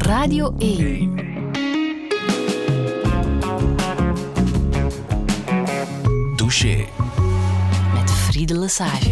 Radio 1. Douché. Met Friede Lesage.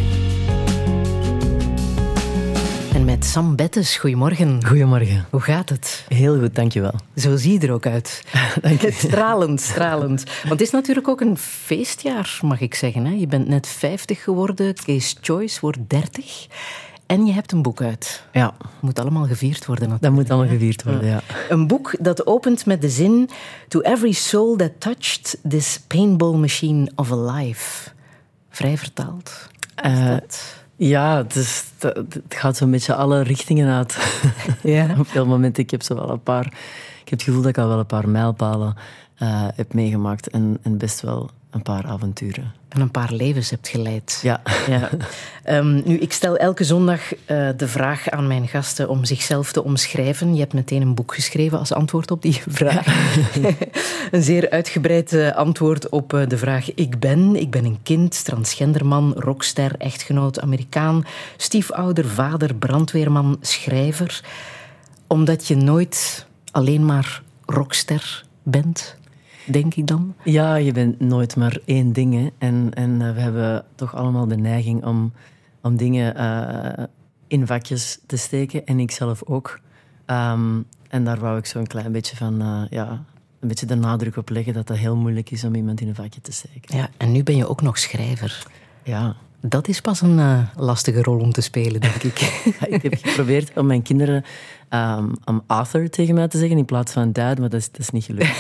En met Sam Bettes. Goedemorgen. Goedemorgen. Hoe gaat het? Heel goed, dankjewel. Zo zie je er ook uit. Dank je. Stralend, stralend. Want het is natuurlijk ook een feestjaar, mag ik zeggen. Hè? Je bent net 50 geworden. Kees Choice wordt 30. En je hebt een boek uit. Ja. Moet allemaal gevierd worden natuurlijk. Dat moet allemaal gevierd worden, ja. Een boek dat opent met de zin: To every soul that touched this paintball machine of a life. Vrij vertaald. Ja, het gaat zo'n beetje alle richtingen uit. Ja. Op veel momenten. Ik heb het gevoel dat ik al wel een paar mijlpalen heb meegemaakt en best wel een paar avonturen. En een paar levens hebt geleid. Ja. Ja. Nu, ik stel elke zondag de vraag aan mijn gasten om zichzelf te omschrijven. Je hebt meteen een boek geschreven als antwoord op die vraag. Een zeer uitgebreid antwoord op de vraag: Ik ben een kind, transgenderman, rockster, echtgenoot, Amerikaan, stiefouder, vader, brandweerman, schrijver. Omdat je nooit alleen maar rockster bent, denk ik dan? Ja, je bent nooit maar één ding. Hè. En we hebben toch allemaal de neiging om dingen in vakjes te steken. En ik zelf ook. En daar wou ik zo een klein beetje van... een beetje de nadruk op leggen dat het heel moeilijk is om iemand in een vakje te steken. Ja, en nu ben je ook nog schrijver. Ja. Dat is pas een lastige rol om te spelen, denk ik. Ja, ik heb geprobeerd om mijn kinderen om author tegen mij te zeggen in plaats van dad, maar dat is niet gelukt.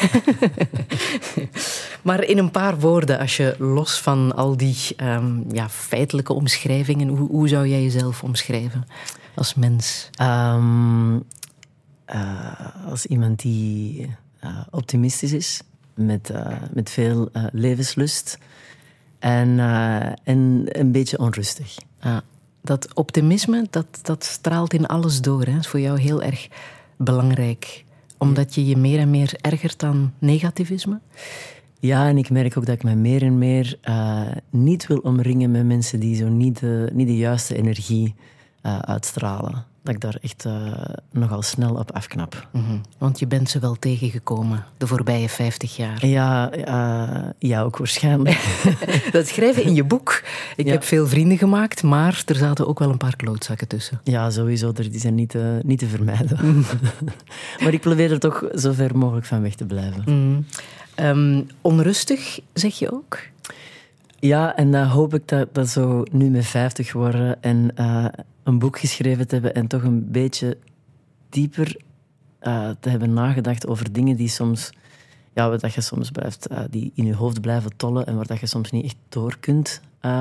Maar in een paar woorden, als je los van al die feitelijke omschrijvingen, hoe zou jij jezelf omschrijven als mens? Als iemand die optimistisch is, met veel levenslust en een beetje onrustig. Dat optimisme, dat straalt in alles door. Hè? Dat is voor jou heel erg belangrijk. Omdat je je meer en meer ergert aan negativisme? Ja, en ik merk ook dat ik me meer en meer niet wil omringen met mensen die zo niet de juiste energie uitstralen. Dat ik daar echt nogal snel op afknap. Mm-hmm. Want je bent ze wel tegengekomen de voorbije 50 jaar. Ja, ook waarschijnlijk. Dat schrijven in je boek. Ik heb veel vrienden gemaakt, maar er zaten ook wel een paar klootzakken tussen. Ja, sowieso. Die zijn niet te vermijden. Maar ik probeer er toch zo ver mogelijk van weg te blijven. Onrustig, zeg je ook? Ja, en dan hoop ik dat zo nu met 50 worden en een boek geschreven te hebben en toch een beetje dieper te hebben nagedacht over dingen die soms... Ja, wat dat je soms blijft... die in je hoofd blijven tollen en waar dat je soms niet echt door kunt...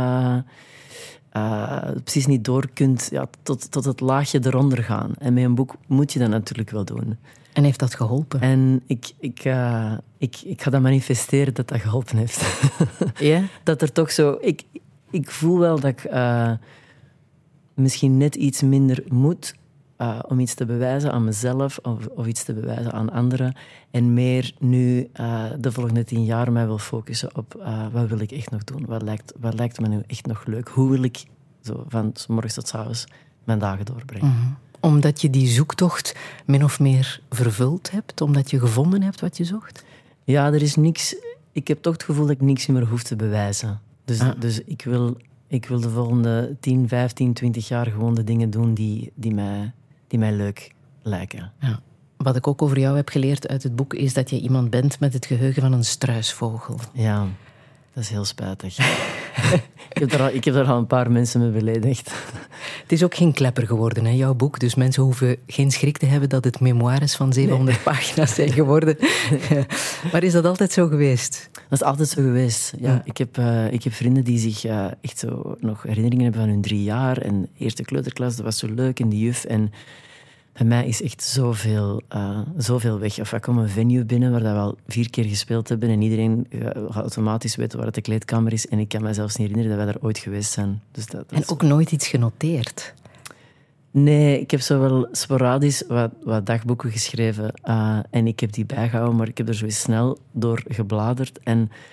precies niet door kunt tot het laagje eronder gaan. En met een boek moet je dat natuurlijk wel doen. En heeft dat geholpen? En ik ga dat manifesteren dat geholpen heeft. Ja? Dat er toch zo... Ik voel wel dat ik misschien net iets minder moet om iets te bewijzen aan mezelf of iets te bewijzen aan anderen. En meer nu de volgende 10 jaar mij wil focussen op wat wil ik echt nog doen? Wat lijkt me nu echt nog leuk? Hoe wil ik zo van 's morgens tot 's avonds mijn dagen doorbrengen? Mm-hmm. Omdat je die zoektocht min of meer vervuld hebt? Omdat je gevonden hebt wat je zocht? Ja, er is niks... Ik heb toch het gevoel dat ik niks meer hoef te bewijzen. Dus ik wil de volgende 10, 15, 20 jaar gewoon de dingen doen die mij leuk lijken. Ja. Wat ik ook over jou heb geleerd uit het boek is dat je iemand bent met het geheugen van een struisvogel. Ja, dat is heel spijtig. Ik heb daar al een paar mensen mee beledigd. Het is ook geen klepper geworden, hè, jouw boek. Dus mensen hoeven geen schrik te hebben dat het memoires van 700 pagina's zijn geworden. Maar is dat altijd zo geweest? Dat is altijd zo geweest, ja. Ik heb vrienden die zich echt zo nog herinneringen hebben van hun 3 jaar. En eerste kleuterklas, dat was zo leuk. En die juf. En bij mij is echt zoveel weg. Of ik kom een venue binnen waar we al 4 keer gespeeld hebben en iedereen gaat automatisch weten waar het de kleedkamer is. En ik kan me zelfs niet herinneren dat wij daar ooit geweest zijn. Dus dat en ook nooit iets genoteerd? Nee, ik heb zo wel sporadisch wat dagboeken geschreven. En ik heb die bijgehouden, maar ik heb er zo snel door gebladerd. En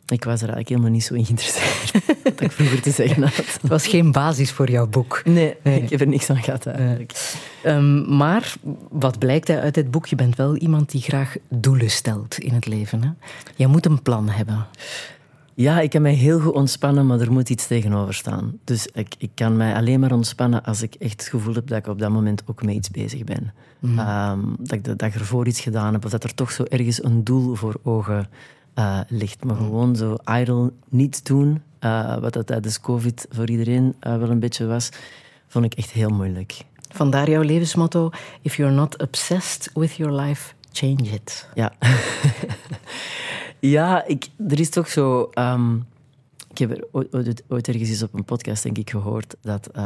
Ik was er eigenlijk helemaal niet zo in geïnteresseerd, wat ik vroeger te zeggen had. Het was geen basis voor jouw boek. Nee, ik heb er niks aan gehad eigenlijk. Maar wat blijkt uit dit boek? Je bent wel iemand die graag doelen stelt in het leven. Hè? Je moet een plan hebben. Ja, ik kan mij heel goed ontspannen, maar er moet iets tegenover staan. Dus ik kan mij alleen maar ontspannen als ik echt het gevoel heb dat ik op dat moment ook met iets bezig ben. Dat ik ervoor iets gedaan heb, of dat er toch zo ergens een doel voor ogen ligt. Maar gewoon zo idle niet doen, wat dat tijdens COVID voor iedereen wel een beetje was, vond ik echt heel moeilijk. Vandaar jouw levensmotto: if you're not obsessed with your life, change it. Ja. Ja, er is toch zo... ik heb er ooit ergens eens op een podcast, denk ik, gehoord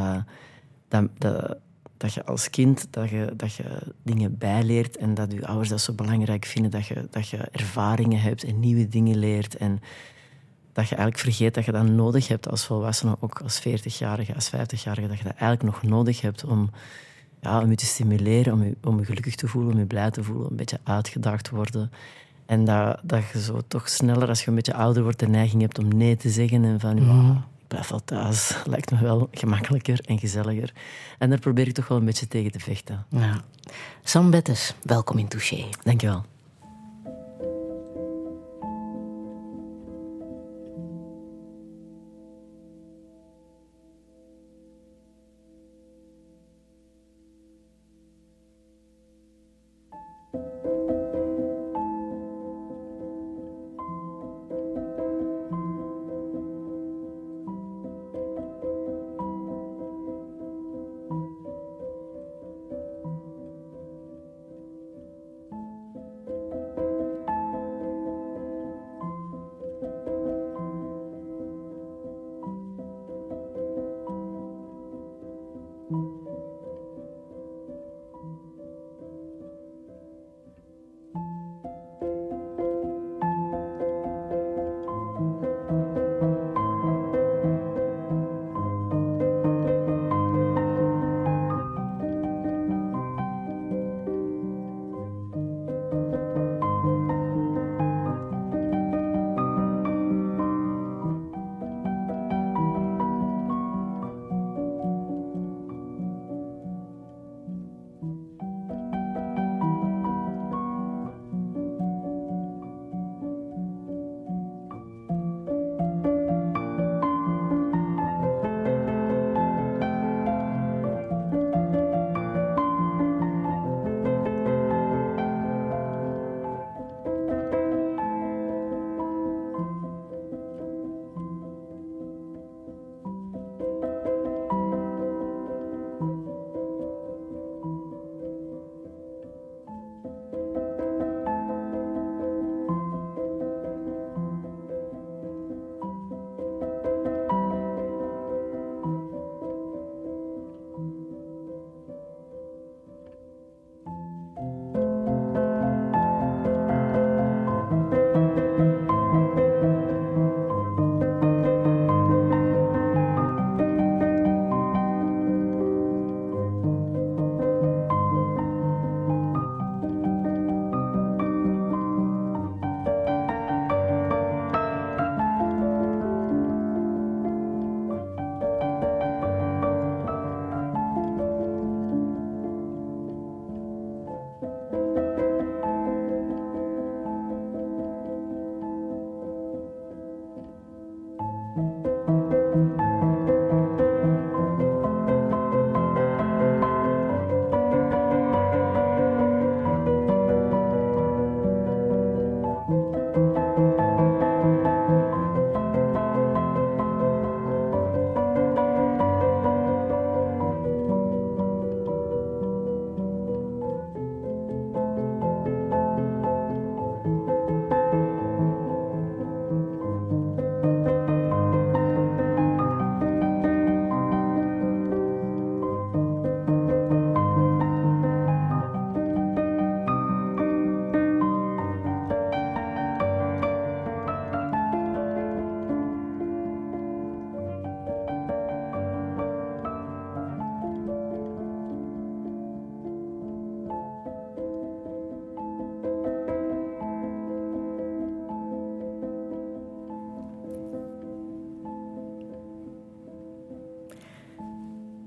dat je als kind dat je dingen bijleert en dat je ouders dat zo belangrijk vinden, dat je ervaringen hebt en nieuwe dingen leert en dat je eigenlijk vergeet dat je dat nodig hebt als volwassene, ook als 40-jarige, als 50-jarige, dat je dat eigenlijk nog nodig hebt om je te stimuleren, om je gelukkig te voelen, om je blij te voelen, een beetje uitgedaagd te worden. En dat je zo toch sneller, als je een beetje ouder wordt, de neiging hebt om nee te zeggen en van, ik blijf wel thuis. Lijkt me wel gemakkelijker en gezelliger. En daar probeer ik toch wel een beetje tegen te vechten. Ja. Sam Bettes, welkom in Touché. Dank je wel.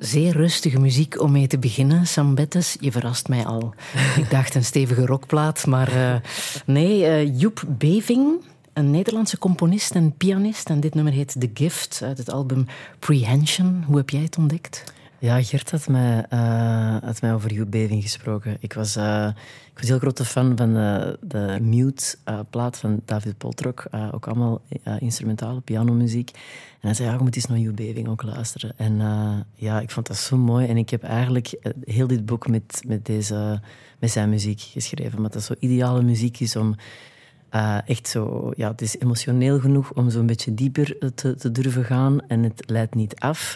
zeer rustige muziek om mee te beginnen, Sam Bettes. Je verrast mij al. Ik dacht een stevige rockplaat, maar nee, Joep Beving, een Nederlandse componist en pianist. En dit nummer heet The Gift uit het album Prehension. Hoe heb jij het ontdekt? Ja, Gert had mij over Joep Beving gesproken. Ik was heel grote fan van de Mute-plaat van David Poltrok. Ook allemaal instrumentale pianomuziek. En hij zei, ja, je moet eens naar Joep Beving ook luisteren. En ja, ik vond dat zo mooi. En ik heb eigenlijk heel dit boek met zijn muziek geschreven. Maar dat zo ideale muziek is om echt zo... Ja, het is emotioneel genoeg om zo'n beetje dieper te durven gaan. En het leidt niet af.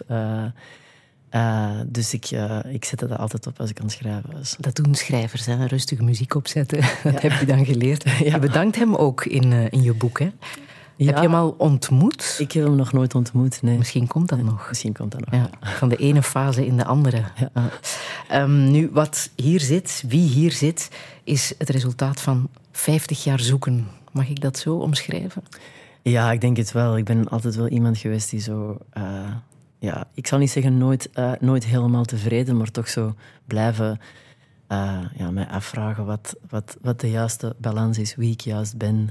Dus ik zette dat altijd op als ik aan het schrijven was. Dat doen schrijvers, hè? Rustige muziek opzetten. Dat heb je dan geleerd. Ja. Je bedankt hem ook in je boek, hè? Ja. Heb je hem al ontmoet? Ik heb hem nog nooit ontmoet, nee. Misschien komt dat nog. Misschien komt dat nog. Ja, van de ene fase in de andere. Ja. Nu, wat hier zit, wie hier zit, is het resultaat van 50 jaar zoeken. Mag ik dat zo omschrijven? Ja, ik denk het wel. Ik ben altijd wel iemand geweest die zo... ja, ik zal niet zeggen nooit helemaal tevreden, maar toch zo blijven mij afvragen wat de juiste balans is, wie ik juist ben.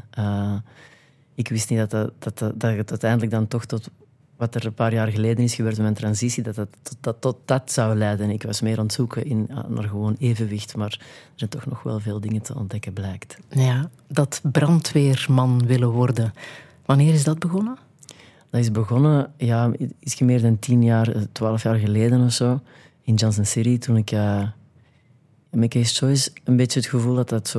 Ik wist niet dat het uiteindelijk dan toch tot wat er een paar jaar geleden is gebeurd met mijn transitie, tot dat zou leiden. Ik was meer aan het zoeken naar gewoon evenwicht, maar er zijn toch nog wel veel dingen te ontdekken, blijkt. Ja, dat brandweerman willen worden. Wanneer is dat begonnen? Dat is begonnen, ja, iets meer dan 12 jaar geleden of zo, in Johnson City, toen ik met Ace Choice een beetje het gevoel had dat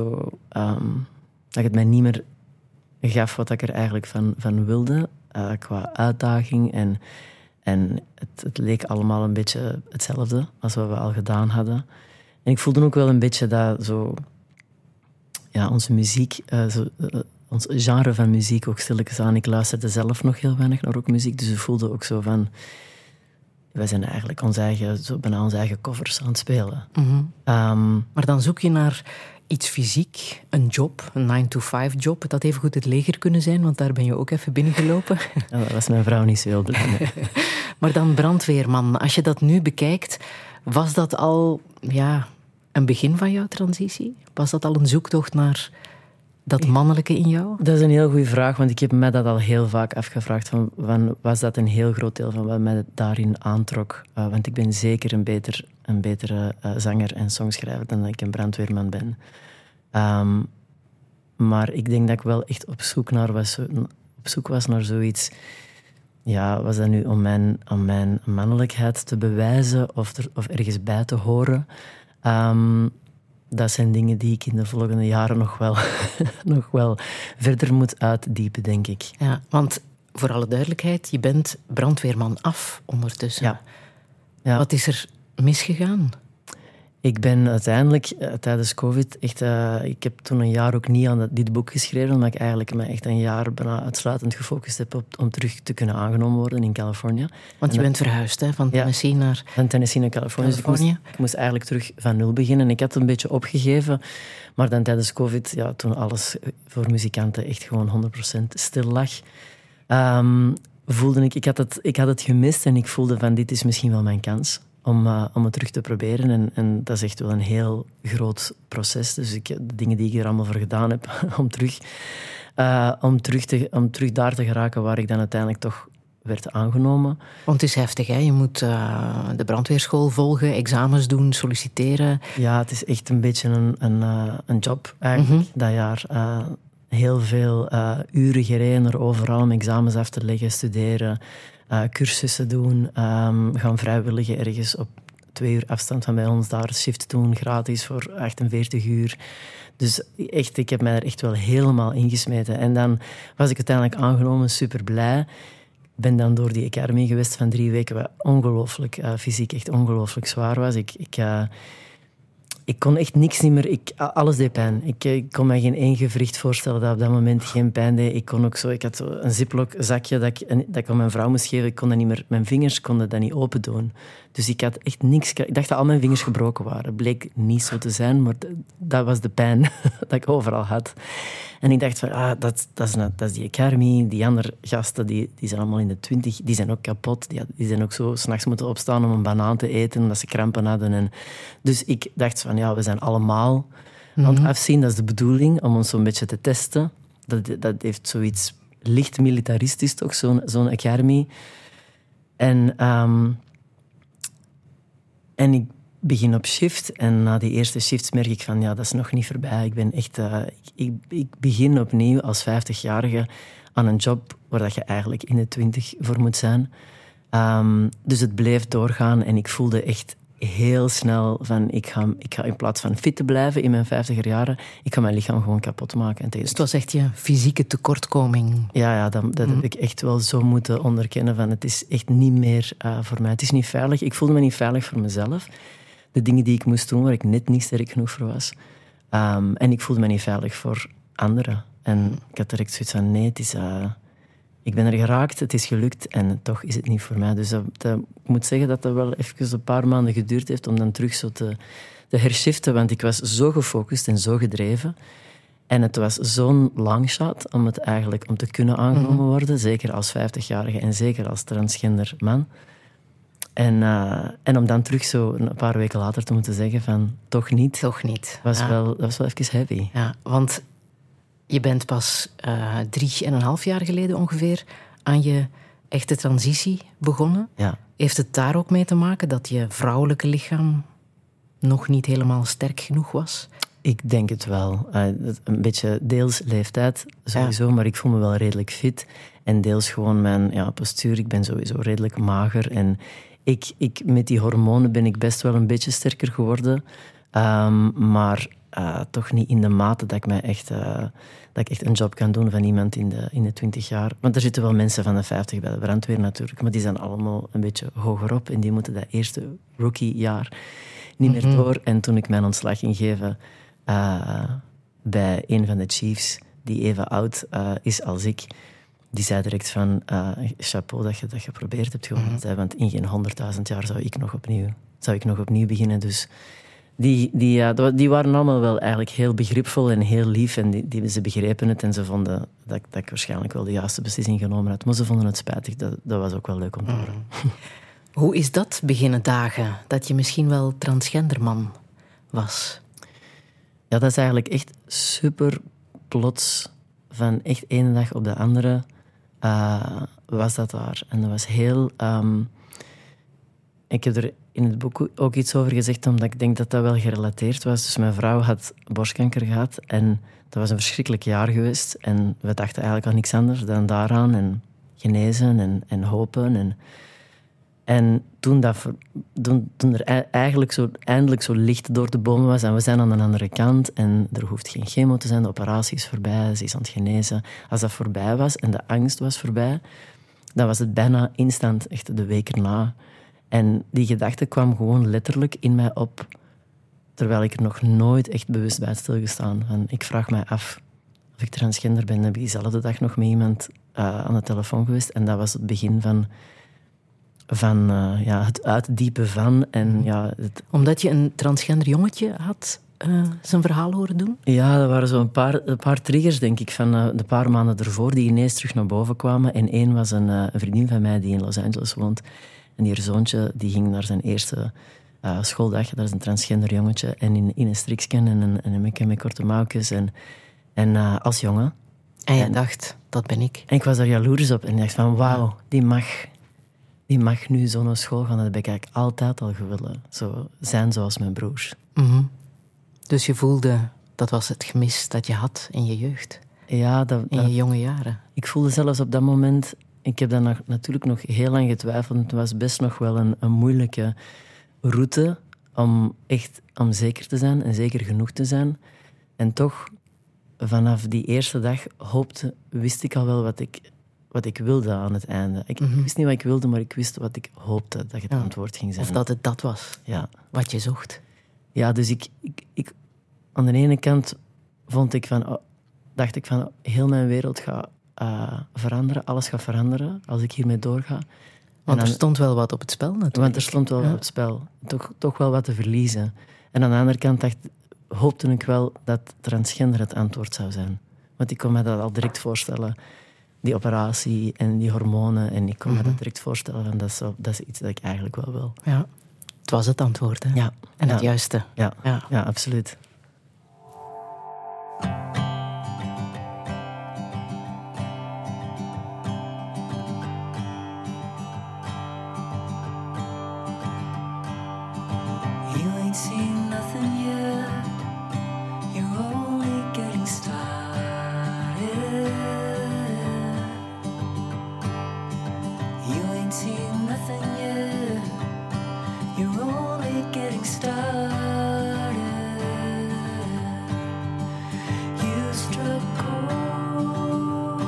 het mij niet meer gaf wat ik er eigenlijk van wilde, qua uitdaging. En het leek allemaal een beetje hetzelfde als wat we al gedaan hadden. En ik voelde ook wel een beetje dat zo... Ja, onze muziek... ons genre van muziek ook stilletjes aan. Ik luisterde zelf nog heel weinig naar rockmuziek, dus ik voelde ook zo van... Wij zijn eigenlijk bijna onze eigen covers aan het spelen. Mm-hmm. Maar dan zoek je naar iets fysiek, een job, een 9-to-5 job. Het had evengoed het leger kunnen zijn, want daar ben je ook even binnengelopen. Ja, dat was mijn vrouw niet zo heel druk mee. Maar dan brandweerman. Als je dat nu bekijkt, was dat al een begin van jouw transitie? Was dat al een zoektocht naar... dat mannelijke in jou? Dat is een heel goede vraag, want ik heb mij dat al heel vaak afgevraagd. Van was dat een heel groot deel van wat mij daarin aantrok? Want ik ben zeker een betere zanger en songschrijver dan dat ik een brandweerman ben. Maar ik denk dat ik wel echt op zoek was naar zoiets... Ja, was dat nu om mijn mannelijkheid te bewijzen of ergens bij te horen... Dat zijn dingen die ik in de volgende jaren nog wel verder moet uitdiepen, denk ik. Ja, want voor alle duidelijkheid, je bent brandweerman af ondertussen. Ja. Wat is er misgegaan? Ik ben uiteindelijk tijdens COVID echt... ik heb toen een jaar ook niet aan dit boek geschreven, omdat ik eigenlijk me echt een jaar bijna uitsluitend gefocust heb om terug te kunnen aangenomen worden in Californië. Want je bent verhuisd, hè? Van Tennessee naar... Van Tennessee naar Californië. Dus ik moest eigenlijk terug van nul beginnen. Ik had het een beetje opgegeven, maar dan tijdens COVID, toen alles voor muzikanten echt gewoon 100% stil lag, voelde ik had het gemist en ik voelde van dit is misschien wel mijn kans. Om het terug te proberen. En dat is echt wel een heel groot proces. Dus de dingen die ik er allemaal voor gedaan heb om terug daar te geraken waar ik dan uiteindelijk toch werd aangenomen. Want het is heftig, hè? Je moet de brandweerschool volgen, examens doen, solliciteren. Ja, het is echt een beetje een job eigenlijk, dat jaar. Heel veel uren gereden er overal om examens af te leggen, studeren... cursussen doen, gaan vrijwilligen ergens op 2 uur afstand van bij ons daar shift doen, gratis voor 48 uur. Dus echt, ik heb mij er echt wel helemaal ingesmeten. En dan was ik uiteindelijk aangenomen, super blij. Ik ben dan door die academy geweest van 3 weken, wat ongelooflijk fysiek echt ongelooflijk zwaar was. Ik kon echt niks niet meer... Alles deed pijn. Ik kon me geen één gewricht voorstellen dat op dat moment geen pijn deed. Ik had zo een ziploc zakje dat ik aan mijn vrouw moest geven. Ik kon dat niet meer... Mijn vingers konden dat niet open doen. Dus ik had echt niks... Ik dacht dat al mijn vingers gebroken waren. Bleek niet zo te zijn, maar dat was de pijn dat ik overal had. En ik dacht van, dat is die Academy. Die andere gasten, die zijn allemaal in de 20. Die zijn ook kapot. Die zijn ook zo 's nachts moeten opstaan om een banaan te eten, omdat ze krampen hadden. Dus ik dacht van, we zijn allemaal aan het afzien. Dat is de bedoeling, om ons zo'n beetje te testen. Dat heeft zoiets licht militaristisch, toch? Zo'n Academy. En ik begin op shift. En na die eerste shifts merk ik van, dat is nog niet voorbij. Ik ben echt... Ik begin opnieuw als 50-jarige aan een job waar dat je eigenlijk in de 20 voor moet zijn. Dus het bleef doorgaan en ik voelde echt heel snel van ik ga in plaats van fit te blijven in mijn 50er jaren, ik ga mijn lichaam gewoon kapot maken. Dus het was echt je fysieke tekortkoming? Ja, dat heb ik echt wel zo moeten onderkennen van het is echt niet meer voor mij. Het is niet veilig. Ik voelde me niet veilig voor mezelf. De dingen die ik moest doen waar ik net niet sterk genoeg voor was. En ik voelde me niet veilig voor anderen. En ik had direct zoiets van nee, het is... Ik ben er geraakt, het is gelukt en toch is het niet voor mij. Dus ik moet zeggen dat dat wel even een paar maanden geduurd heeft om dan terug zo te hershiften. Want ik was zo gefocust en zo gedreven. En het was zo'n longshot om te kunnen aangenomen worden. Zeker als 50-jarige en zeker als transgender man. En om dan terug zo een paar weken later te moeten zeggen van toch niet. Toch niet. Dat was wel even heavy. Ja, want... Je bent pas 3,5 jaar geleden ongeveer aan je echte transitie begonnen. Ja. Heeft het daar ook mee te maken dat je vrouwelijke lichaam nog niet helemaal sterk genoeg was? Ik denk het wel. Een beetje deels leeftijd sowieso, maar ik voel me wel redelijk fit. En deels gewoon mijn postuur. Ik ben sowieso redelijk mager. En met die hormonen ben ik best wel een beetje sterker geworden. Maar... toch niet in de mate dat ik echt een job kan doen van iemand in de 20 jaar. Want er zitten wel mensen van de 50 bij de brandweer natuurlijk, maar die zijn allemaal een beetje hogerop en die moeten dat eerste rookiejaar niet meer door. En toen ik mijn ontslag ging geven bij een van de chiefs, die even oud is als ik, die zei direct van chapeau dat je dat geprobeerd hebt gewoon. Want in geen 100.000 jaar zou ik nog opnieuw beginnen. Dus die waren allemaal wel eigenlijk heel begripvol en heel lief. En ze begrepen het en ze vonden dat ik waarschijnlijk wel de juiste beslissing genomen had. Maar ze vonden het spijtig. Dat was ook wel leuk om te horen. Hoe is dat beginnen dagen? Dat je misschien wel transgenderman was? Ja, dat is eigenlijk echt super plots. Van echt ene dag op de andere was dat daar. En dat was heel... Ik heb er in het boek ook iets over gezegd, omdat ik denk dat dat wel gerelateerd was. Dus mijn vrouw had borstkanker gehad en dat was een verschrikkelijk jaar geweest. En we dachten eigenlijk aan niks anders dan daaraan en genezen en hopen. En toen er eigenlijk eindelijk zo licht door de bomen was en we zijn aan de andere kant en er hoeft geen chemo te zijn, de operatie is voorbij, ze is aan het genezen. Als dat voorbij was en de angst was voorbij, dan was het bijna instant, echt de week erna. En die gedachte kwam gewoon letterlijk in mij op, terwijl ik er nog nooit echt bewust bij had stilgestaan. En ik vraag mij af of ik transgender ben. Dan heb ik diezelfde dag nog met iemand aan de telefoon geweest. En dat was het begin van het uitdiepen van. En, Omdat je een transgender jongetje had zijn verhaal horen doen? Ja, er waren zo een paar triggers, denk ik, van de paar maanden ervoor, die ineens terug naar boven kwamen. En één was een vriendin van mij die in Los Angeles woont. En die zoontje die ging naar zijn eerste schooldag. Dat is een transgender jongetje. En in een striksken en een make met korte mouwtjes. En als jongen. En je dacht, dat ben ik. En ik was daar jaloers op. En ik dacht van, wauw, die mag nu zo naar school gaan. Dat heb ik eigenlijk altijd al gewillen. Zo zijn zoals mijn broers. Mm-hmm. Dus je voelde, dat was het gemis dat je had in je jeugd. Ja, in je jonge jaren. Ik voelde zelfs op dat moment... Ik heb dan natuurlijk nog heel lang getwijfeld. Het was best nog wel een moeilijke route om zeker te zijn en zeker genoeg te zijn. En toch, vanaf die eerste dag wist ik al wel wat ik wilde aan het einde. Ik wist niet wat ik wilde, maar ik wist wat ik hoopte dat het antwoord ging zijn. Of dat het dat was, ja. Wat je zocht. Ja, dus ik aan de ene kant dacht ik van heel mijn wereld gaat veranderen. Alles gaat veranderen als ik hiermee doorga. Want er stond wel wat op het spel natuurlijk. Want er stond wel wat op het spel. Toch wel wat te verliezen. En aan de andere kant hoopte ik wel dat transgender het antwoord zou zijn. Want ik kon me dat al direct voorstellen. Die operatie en die hormonen. En ik kon me dat direct voorstellen. Van dat is iets dat ik eigenlijk wel wil. Ja. Het was het antwoord, hè? Ja. En het juiste. Ja, absoluut. Seen nothing yet. You're only getting started. You ain't seen nothing yet. You're only getting started. You struck cold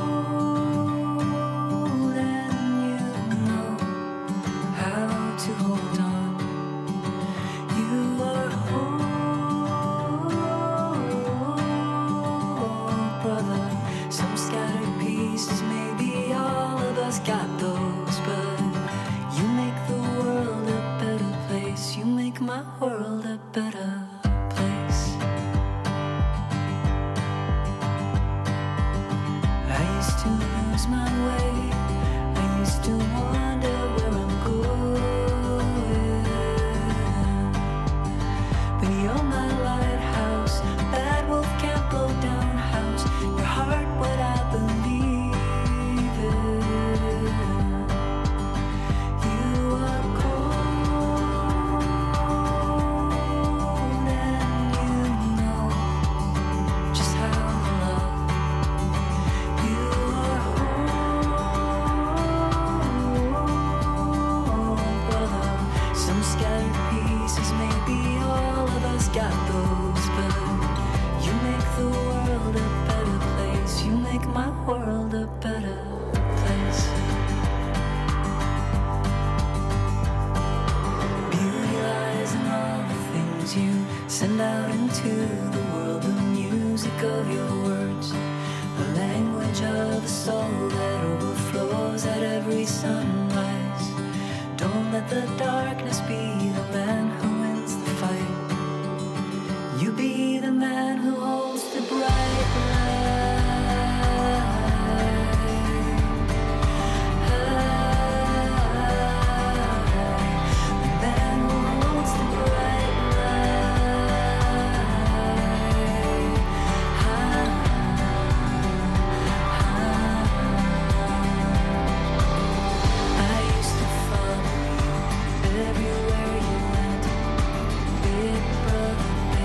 and you know how to hold on. World a better place. I used to lose my way. I used to wonder where I'm going. But you're my lighthouse. Bad wolf can't blow down house. Your heart, what I believe in. You are cold. Got those, but you make the world a better place. You make my world a better place. Beauty lies in all the things you send out into the world. The music of your words, the language of a soul that overflows at every sunrise. Don't let the darkness be the man who wins the fight. You be the man who holds the bright light. The man who holds the bright light. I used to follow you everywhere you went. Big brother.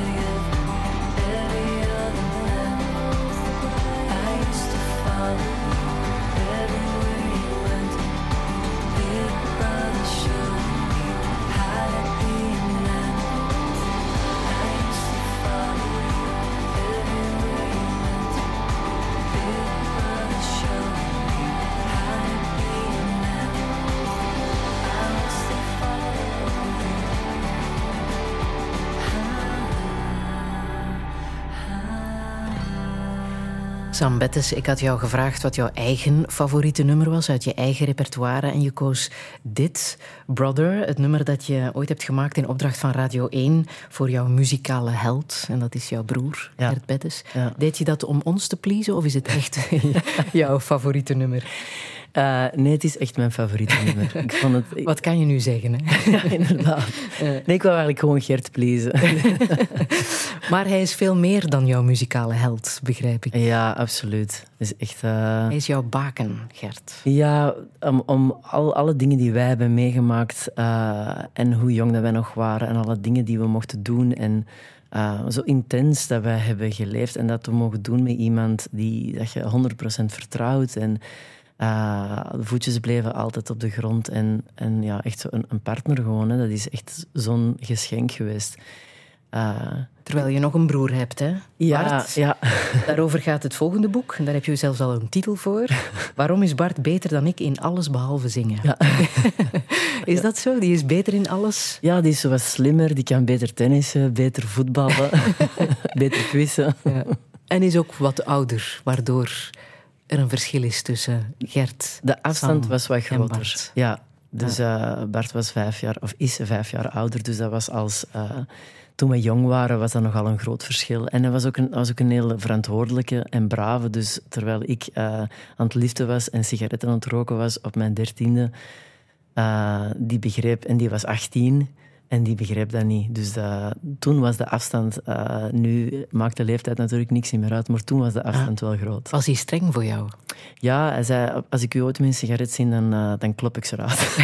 Sam Bettes, ik had jou gevraagd wat jouw eigen favoriete nummer was uit je eigen repertoire en je koos dit, Brother, het nummer dat je ooit hebt gemaakt in opdracht van Radio 1 voor jouw muzikale held. En dat is jouw broer, Gert Bettes. Ja. Deed je dat om ons te pleasen of is het echt jouw favoriete nummer? Nee, het is echt mijn favoriete nummer. Ik vond het... Wat kan je nu zeggen? Hè? Ja, inderdaad. Nee, ik wou eigenlijk gewoon Gert pleasen. Maar hij is veel meer dan jouw muzikale held, begrijp ik. Ja, absoluut. Is echt, Hij is jouw baken, Gert. Ja, om alle dingen die wij hebben meegemaakt en hoe jong dat wij nog waren en alle dingen die we mochten doen en zo intens dat wij hebben geleefd en dat we mogen doen met iemand dat je 100% vertrouwt en de voetjes bleven altijd op de grond en ja, echt zo een partner gewoon. Hè. Dat is echt zo'n geschenk geweest. Terwijl je nog een broer hebt, hè? Bart. Ja. Daarover gaat het volgende boek. En daar heb je zelfs al een titel voor. Waarom is Bart beter dan ik in alles behalve zingen? Ja. Is dat zo? Die is beter in alles? Ja, die is zo wat slimmer. Die kan beter tennissen, beter voetballen, beter quizzen. Ja. En is ook wat ouder, waardoor er een verschil is tussen Gert, De afstand Sam was wat en groter. Bart. Ja, dus Bart was 5 jaar, of is 5 jaar ouder. Dus dat was als... toen we jong waren, was dat nogal een groot verschil. En hij was ook een heel verantwoordelijke en brave. Dus terwijl ik aan het liften was en sigaretten aan het roken was op mijn 13e, die begreep, en die was 18... En die begreep dat niet. Dus toen was de afstand... nu maakt de leeftijd natuurlijk niks meer uit, maar toen was de afstand wel groot. Was hij streng voor jou? Ja, hij zei, als ik u ooit met een sigaret zie, dan klop ik ze eruit.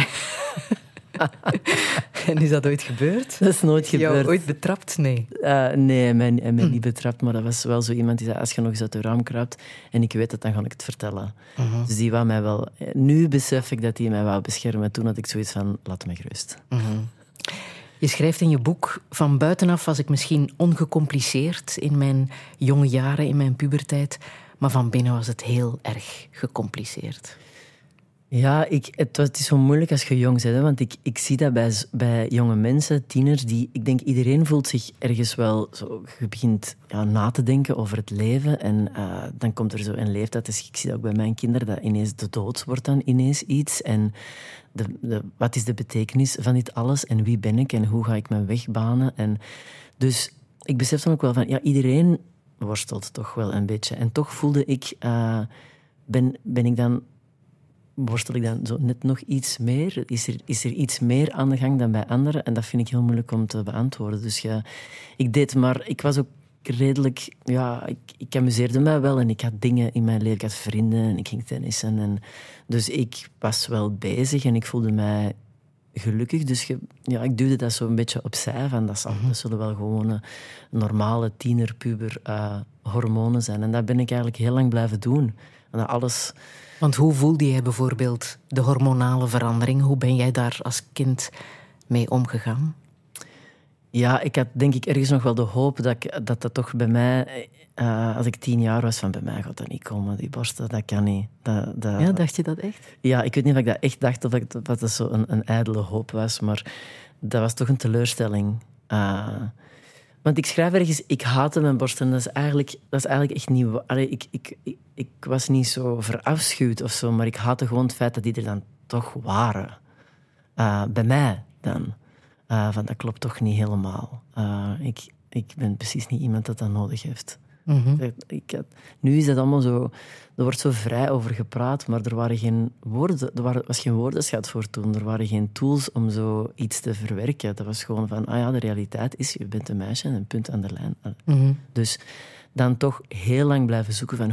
En is dat ooit gebeurd? Dat is nooit Jou gebeurd. ooit betrapt? Nee. Nee, mij niet betrapt, maar dat was wel zo iemand die zei, als je nog eens uit de raam kruipt en ik weet het, dan ga ik het vertellen. Uh-huh. Dus die wou mij wel... Nu besef ik dat hij mij wou beschermen. Toen had ik zoiets van, laat me gerust. Uh-huh. Je schrijft in je boek, van buitenaf was ik misschien ongecompliceerd in mijn jonge jaren, in mijn puberteit, maar van binnen was het heel erg gecompliceerd. Ja, het is zo moeilijk als je jong bent, hè, want ik zie dat bij jonge mensen, tieners, ik denk iedereen voelt zich ergens wel zo, je begint na te denken over het leven en dan komt er zo een leeftijd, dus ik zie dat ook bij mijn kinderen, dat ineens de dood wordt dan ineens iets en wat is de betekenis van dit alles en wie ben ik en hoe ga ik mijn weg banen. En dus ik besef dan ook wel van, ja, iedereen worstelt toch wel een beetje en toch voelde ik, worstel ik dan zo net nog iets meer? Is er iets meer aan de gang dan bij anderen? En dat vind ik heel moeilijk om te beantwoorden. Dus ja, ik was ook redelijk... Ja, ik amuseerde mij wel en ik had dingen in mijn leven. Ik had vrienden en ik ging tennissen. Dus ik was wel bezig en ik voelde mij gelukkig. Dus ik duwde dat zo een beetje opzij. Van dat zullen wel gewoon normale tiener-puber hormonen zijn. En dat ben ik eigenlijk heel lang blijven doen. En dat alles... Want hoe voelde jij bijvoorbeeld de hormonale verandering? Hoe ben jij daar als kind mee omgegaan? Ja, ik had denk ik ergens nog wel de hoop dat toch bij mij, als ik 10 jaar was, van bij mij gaat dat niet komen, die borsten, dat kan niet. Ja, dacht je dat echt? Ja, ik weet niet of ik dat echt dacht of dat het zo een ijdele hoop was, maar dat was toch een teleurstelling. Want ik schrijf ergens, ik haatte mijn borsten. Dat is eigenlijk echt niet... Ik was niet zo verafschuwd of zo, maar ik haatte gewoon het feit dat die er dan toch waren. Bij mij dan. Van dat klopt toch niet helemaal. Ik ben precies niet iemand dat nodig heeft. Mm-hmm. Nu is dat allemaal zo... Er wordt zo vrij over gepraat, maar er waren geen woorden. Was geen woordenschat voor toen. Er waren geen tools om zo iets te verwerken. Dat was gewoon van, de realiteit is, je bent een meisje en een punt aan de lijn. Mm-hmm. Dus dan toch heel lang blijven zoeken van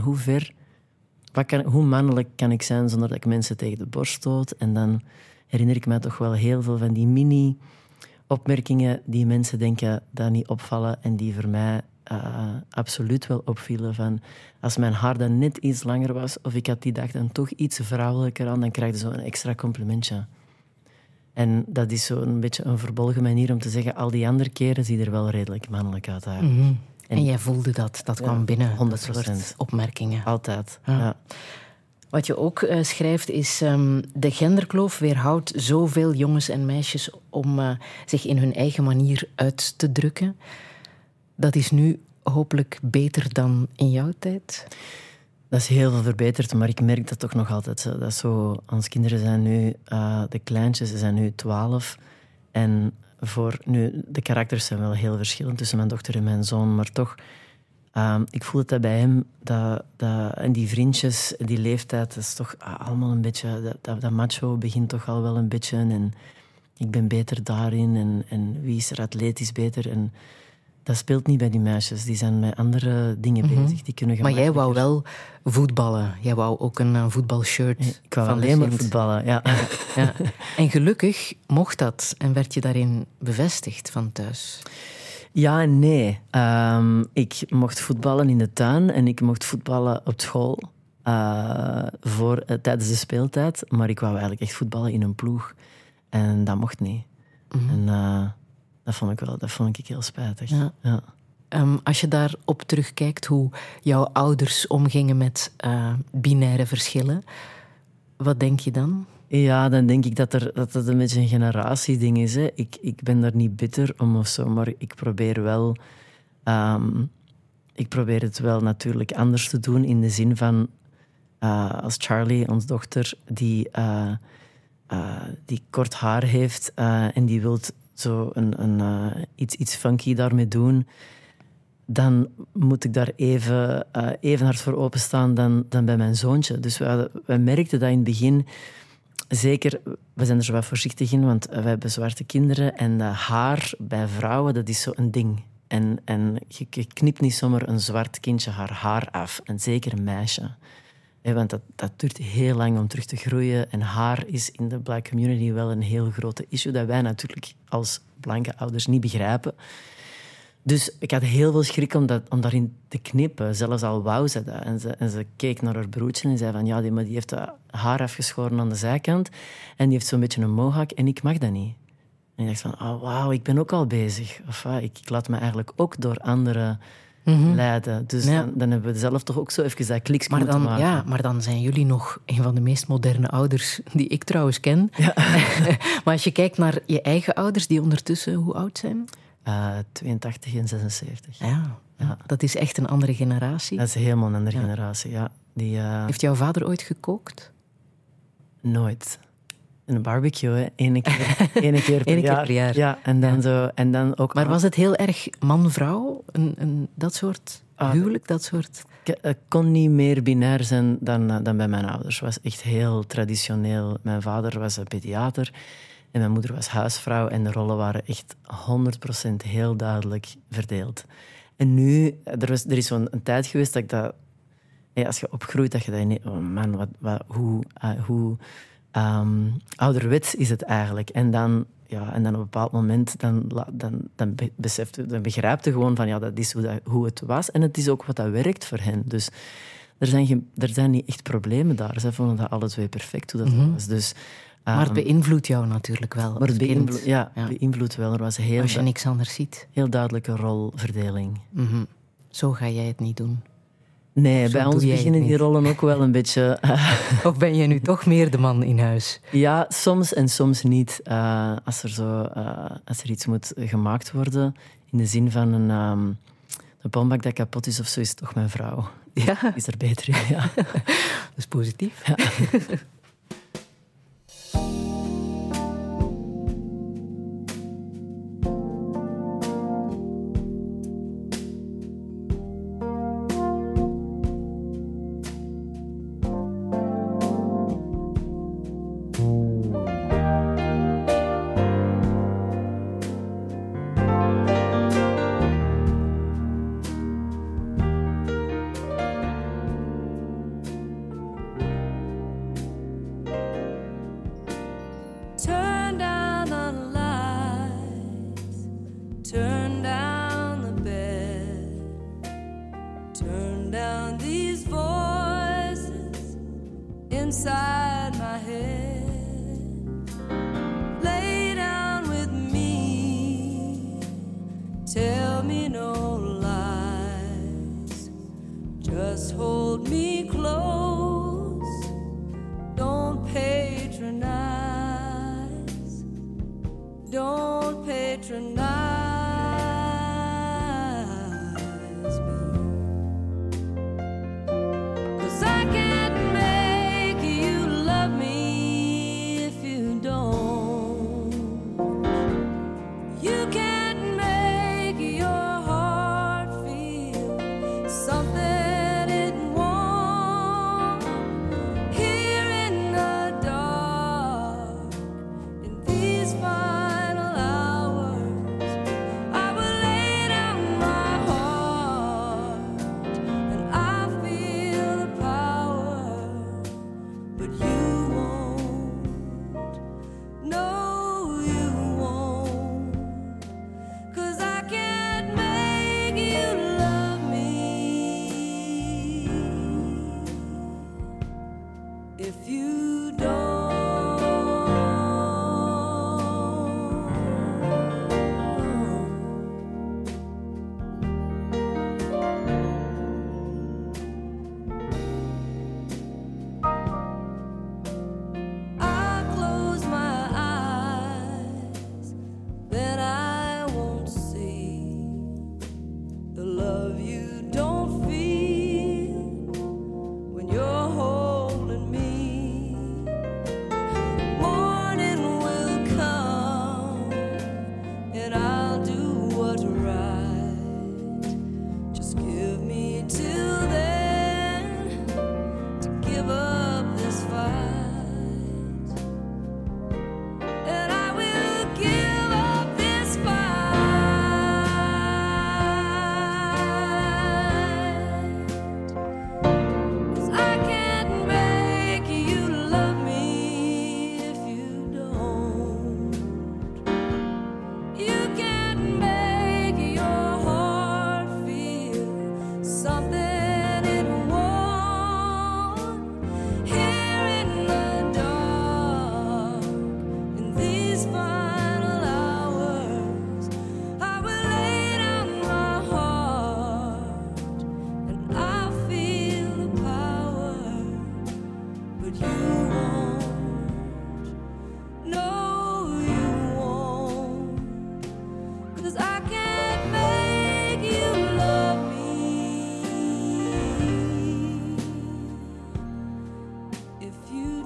hoe mannelijk kan ik zijn zonder dat ik mensen tegen de borst stoot. En dan herinner ik me toch wel heel veel van die mini-opmerkingen die mensen denken dat niet opvallen en die voor mij absoluut wel opvielen. Van als mijn haar dan net iets langer was of ik had die dag dan toch iets vrouwelijker aan, dan krijg je zo een extra complimentje. En dat is zo een beetje een verbolgen manier om te zeggen, al die andere keren zie je er wel redelijk mannelijk uit. Mm-hmm. En jij voelde dat kwam binnen, 100%. Dat soort opmerkingen. Altijd, ja. Wat je ook schrijft is, de genderkloof weerhoudt zoveel jongens en meisjes om zich in hun eigen manier uit te drukken. Dat is nu hopelijk beter dan in jouw tijd? Dat is heel veel verbeterd, maar ik merk dat toch nog altijd. Dat is zo, onze kinderen zijn nu, de kleintjes zijn nu 12. En de karakters zijn wel heel verschillend tussen mijn dochter en mijn zoon, maar toch, ik voel het dat bij hem, en die vriendjes, die leeftijd, dat is toch allemaal een beetje, dat macho begint toch al wel een beetje. En ik ben beter daarin en wie is er atletisch beter en... Dat speelt niet bij die meisjes. Die zijn met andere dingen bezig. Die kunnen maar jij wou wel voetballen. Jij wou ook een voetbalshirt. Ik wou alleen maar voetballen, ja. Ja. En gelukkig mocht dat. En werd je daarin bevestigd van thuis? Ja en nee. Ik mocht voetballen in de tuin en ik mocht voetballen op school tijdens de speeltijd. Maar ik wou eigenlijk echt voetballen in een ploeg. En dat mocht niet. Mm-hmm. En Dat vond ik heel spijtig. Ja. Ja. Als je daarop terugkijkt, hoe jouw ouders omgingen met binaire verschillen, wat denk je dan? Ja, dan denk ik dat het een beetje een generatieding is. Hè. Ik ben daar niet bitter om of zo, maar ik probeer wel... ik probeer het wel natuurlijk anders te doen, in de zin van... als Charlie, ons dochter, die kort haar heeft en die wil zo iets funky daarmee doen, dan moet ik daar even hard voor openstaan dan bij mijn zoontje. Dus wij merkten dat in het begin... Zeker, we zijn er zo wat voorzichtig in, want wij hebben zwarte kinderen en haar bij vrouwen, dat is zo een ding. En je knipt niet zomaar een zwart kindje haar af. En zeker een meisje. Want dat duurt heel lang om terug te groeien. En haar is in de black community wel een heel grote issue dat wij natuurlijk als blanke ouders niet begrijpen. Dus ik had heel veel schrik om daarin te knippen. Zelfs al wou ze dat. En ze keek naar haar broertje en zei van... Ja, die heeft haar afgeschoren aan de zijkant. En die heeft zo'n beetje een mohawk. En ik mag dat niet. En ik dacht van... Oh, wauw, ik ben ook al bezig. Of ik laat me eigenlijk ook door anderen leiden. Dus dan hebben we zelf toch ook zo even dat kliksje moeten maken. Ja, maar dan zijn jullie nog een van de meest moderne ouders die ik trouwens ken. Ja. Maar als je kijkt naar je eigen ouders, die ondertussen hoe oud zijn... 82 en 76. Ja, dat is echt een andere generatie. Dat is helemaal een andere generatie, ja. Heeft jouw vader ooit gekookt? Nooit. Een barbecue, hè. Ene keer per jaar. Ja, en dan ook... Maar was het heel erg man-vrouw? Dat soort huwelijk, dat soort... Het kon niet meer binair zijn dan bij mijn ouders. Het was echt heel traditioneel. Mijn vader was een pediater... En mijn moeder was huisvrouw en de rollen waren echt 100% heel duidelijk verdeeld. En nu, er is zo'n tijd geweest dat ik dat... als je opgroeit, dat je dat niet... Oh man, hoe ouderwets is het eigenlijk? En dan op een bepaald moment, dan begrijp je gewoon van... Ja, dat is hoe het was. En het is ook wat dat werkt voor hen. Dus er zijn niet echt problemen daar. Zij vonden dat alle twee perfect hoe dat was. Dus... Maar het beïnvloedt jou natuurlijk wel. Maar het beïnvloedt wel. Er was als je niks anders ziet. Heel duidelijke rolverdeling. Mm-hmm. Zo ga jij het niet doen. Nee, bij ons beginnen die rollen ook wel een beetje... Of ben je nu toch meer de man in huis? Ja, soms en soms niet. Als er iets moet gemaakt worden, in de zin van een bombak dat kapot is of zo, is het toch mijn vrouw. Ja. Is er beter in, ja. Dat is positief. Ja. love you don't feel when you're holding me. Morning will come and I'll do what's right. Just give me till then to give up this fight. And I will give up this fight. 'Cause I can't make you love me if you don't. You can't make your heart feel something it won't. Here in the dark, in these final hours, I will lay down my heart and I'll feel the power, but you won't. No, you won't. 'Cause I can't make you love me if you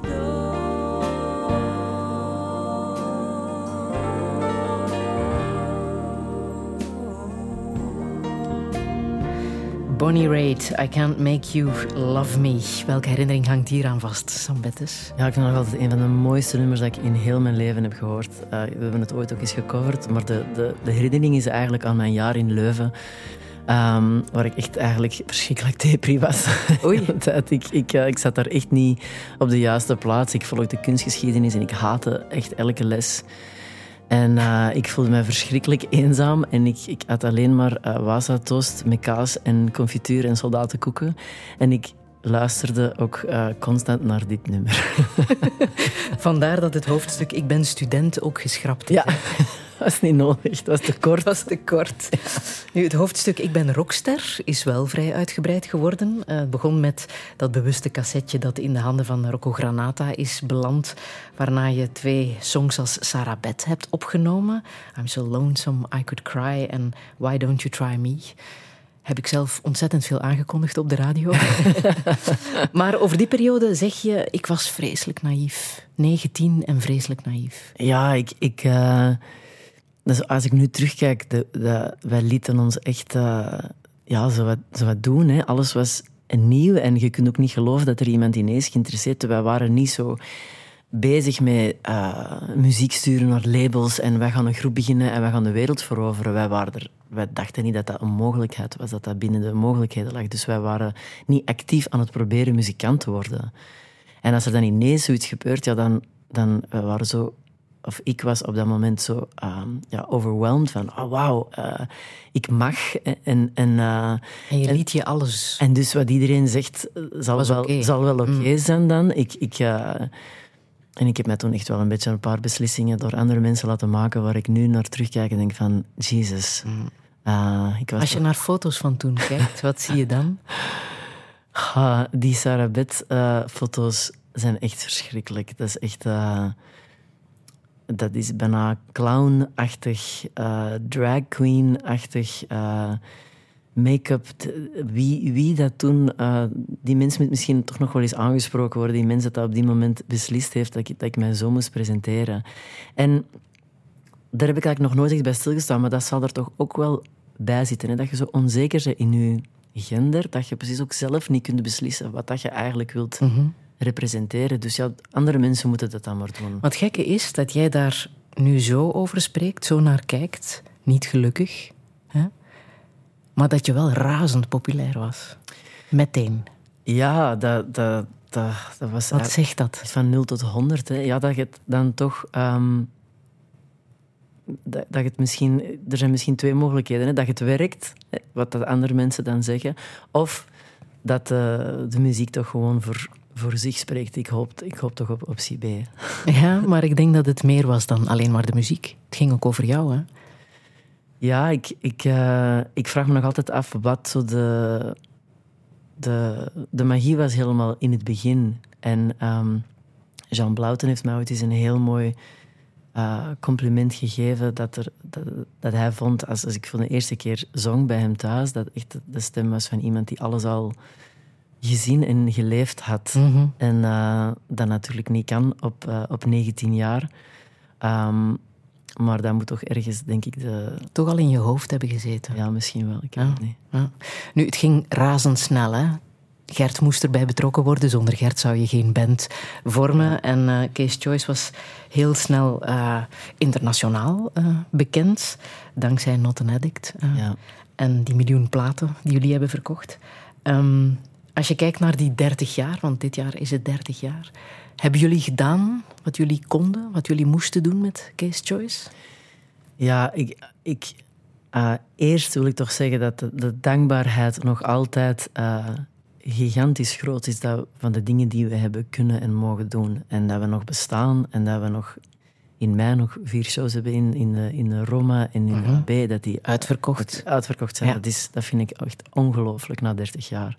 don't. Bonnie Raitt, I Can't Make You Love Me. Welke herinnering hangt hier aan vast, Sam Bettes? Ja, ik vind het nog altijd een van de mooiste nummers dat ik in heel mijn leven heb gehoord. We hebben het ooit ook eens gecoverd, maar de herinnering is eigenlijk aan mijn jaar in Leuven. Waar ik echt eigenlijk verschrikkelijk depri was. Oei. Ik zat daar echt niet op de juiste plaats. Ik volgde kunstgeschiedenis en ik haatte echt elke les. En ik voelde mij verschrikkelijk eenzaam. En ik had alleen maar wasa-toast met kaas en confituur en soldatenkoeken. En ik luisterde ook constant naar dit nummer. Vandaar dat het hoofdstuk Ik ben student ook geschrapt is. Ja, dat was niet nodig. Dat was te kort. Dat was te kort. Nu, het hoofdstuk Ik ben rockster is wel vrij uitgebreid geworden. Het begon met dat bewuste cassetje dat in de handen van Rocco Granata is beland, waarna je 2 songs als Sarah Beth hebt opgenomen. I'm So Lonesome, I Could Cry en Why Don't You Try Me. Heb ik zelf ontzettend veel aangekondigd op de radio. Maar over die periode zeg je, ik was vreselijk naïef. 19 en vreselijk naïef. Ja, dus als ik nu terugkijk, wij lieten ons echt zo wat doen. Hè. Alles was nieuw en je kunt ook niet geloven dat er iemand ineens geïnteresseerd was. Wij waren niet zo bezig met muziek sturen naar labels en wij gaan een groep beginnen en wij gaan de wereld veroveren. Wij dachten niet dat dat een mogelijkheid was, dat dat binnen de mogelijkheden lag. Dus wij waren niet actief aan het proberen muzikant te worden. En als er dan ineens zoiets gebeurt, ja, dan we waren zo... Of ik was op dat moment zo overwhelmed van, oh wauw, ik mag. En je liet je alles. En dus wat iedereen zegt, zal wel oké zijn dan. En ik heb mij toen echt wel een paar beslissingen door andere mensen laten maken waar ik nu naar terugkijk en denk van, Jesus. Als je naar foto's van toen kijkt, wat zie je dan? Die Sarah Beth foto's zijn echt verschrikkelijk. Dat is echt... dat is bijna clown-achtig, drag queen-achtig, make-up. Wie dat toen... die mens moet misschien toch nog wel eens aangesproken worden. Die mens dat op die moment beslist heeft dat ik mij zo moest presenteren. En daar heb ik eigenlijk nog nooit echt bij stilgestaan, maar dat zal er toch ook wel bij zitten. Hè? Dat je zo onzeker bent in je gender, dat je precies ook zelf niet kunt beslissen wat dat je eigenlijk wilt representeren. Dus ja, andere mensen moeten dat dan maar doen. Wat gekke is dat jij daar nu zo over spreekt, zo naar kijkt. Niet gelukkig, hè? Maar dat je wel razend populair was. Meteen. Ja, dat was... Wat zegt dat? Van 0 tot 100. Hè. Ja, dat je het dan toch... dat je het misschien... Er zijn misschien 2 mogelijkheden. Hè. Dat je het werkt, hè, wat dat andere mensen dan zeggen. Of dat de muziek toch gewoon voor zich spreekt. Ik hoop toch op optie B. Ja, maar ik denk dat het meer was dan alleen maar de muziek. Het ging ook over jou, hè? Ja, ik vraag me nog altijd af wat zo de magie was helemaal in het begin. En Jean Blauten heeft mij ooit eens een heel mooi compliment gegeven dat hij vond, als ik voor de eerste keer zong bij hem thuis, dat echt de stem was van iemand die alles al gezien en geleefd had. Mm-hmm. En dat natuurlijk niet kan op 19 jaar. Maar dat moet toch ergens, denk ik... Toch al in je hoofd hebben gezeten. Ja, misschien wel. Ik weet het niet. Ja. Nu, het ging razendsnel, hè? Gert moest erbij betrokken worden. Zonder Gert zou je geen band vormen. En Case Choice was heel snel internationaal bekend. Dankzij Not an Addict. En die 1 miljoen platen die jullie hebben verkocht. Als je kijkt naar die 30 jaar, want dit jaar is het 30 jaar... Hebben jullie gedaan wat jullie konden, wat jullie moesten doen met Case Choice? Ja, eerst wil ik toch zeggen dat de dankbaarheid nog altijd gigantisch groot is van de dingen die we hebben kunnen en mogen doen. En dat we nog bestaan en dat we nog in mei nog 4 shows hebben in Roma en in AB. Dat die uitverkocht zijn. Ja. Dat vind ik echt ongelooflijk na 30 jaar.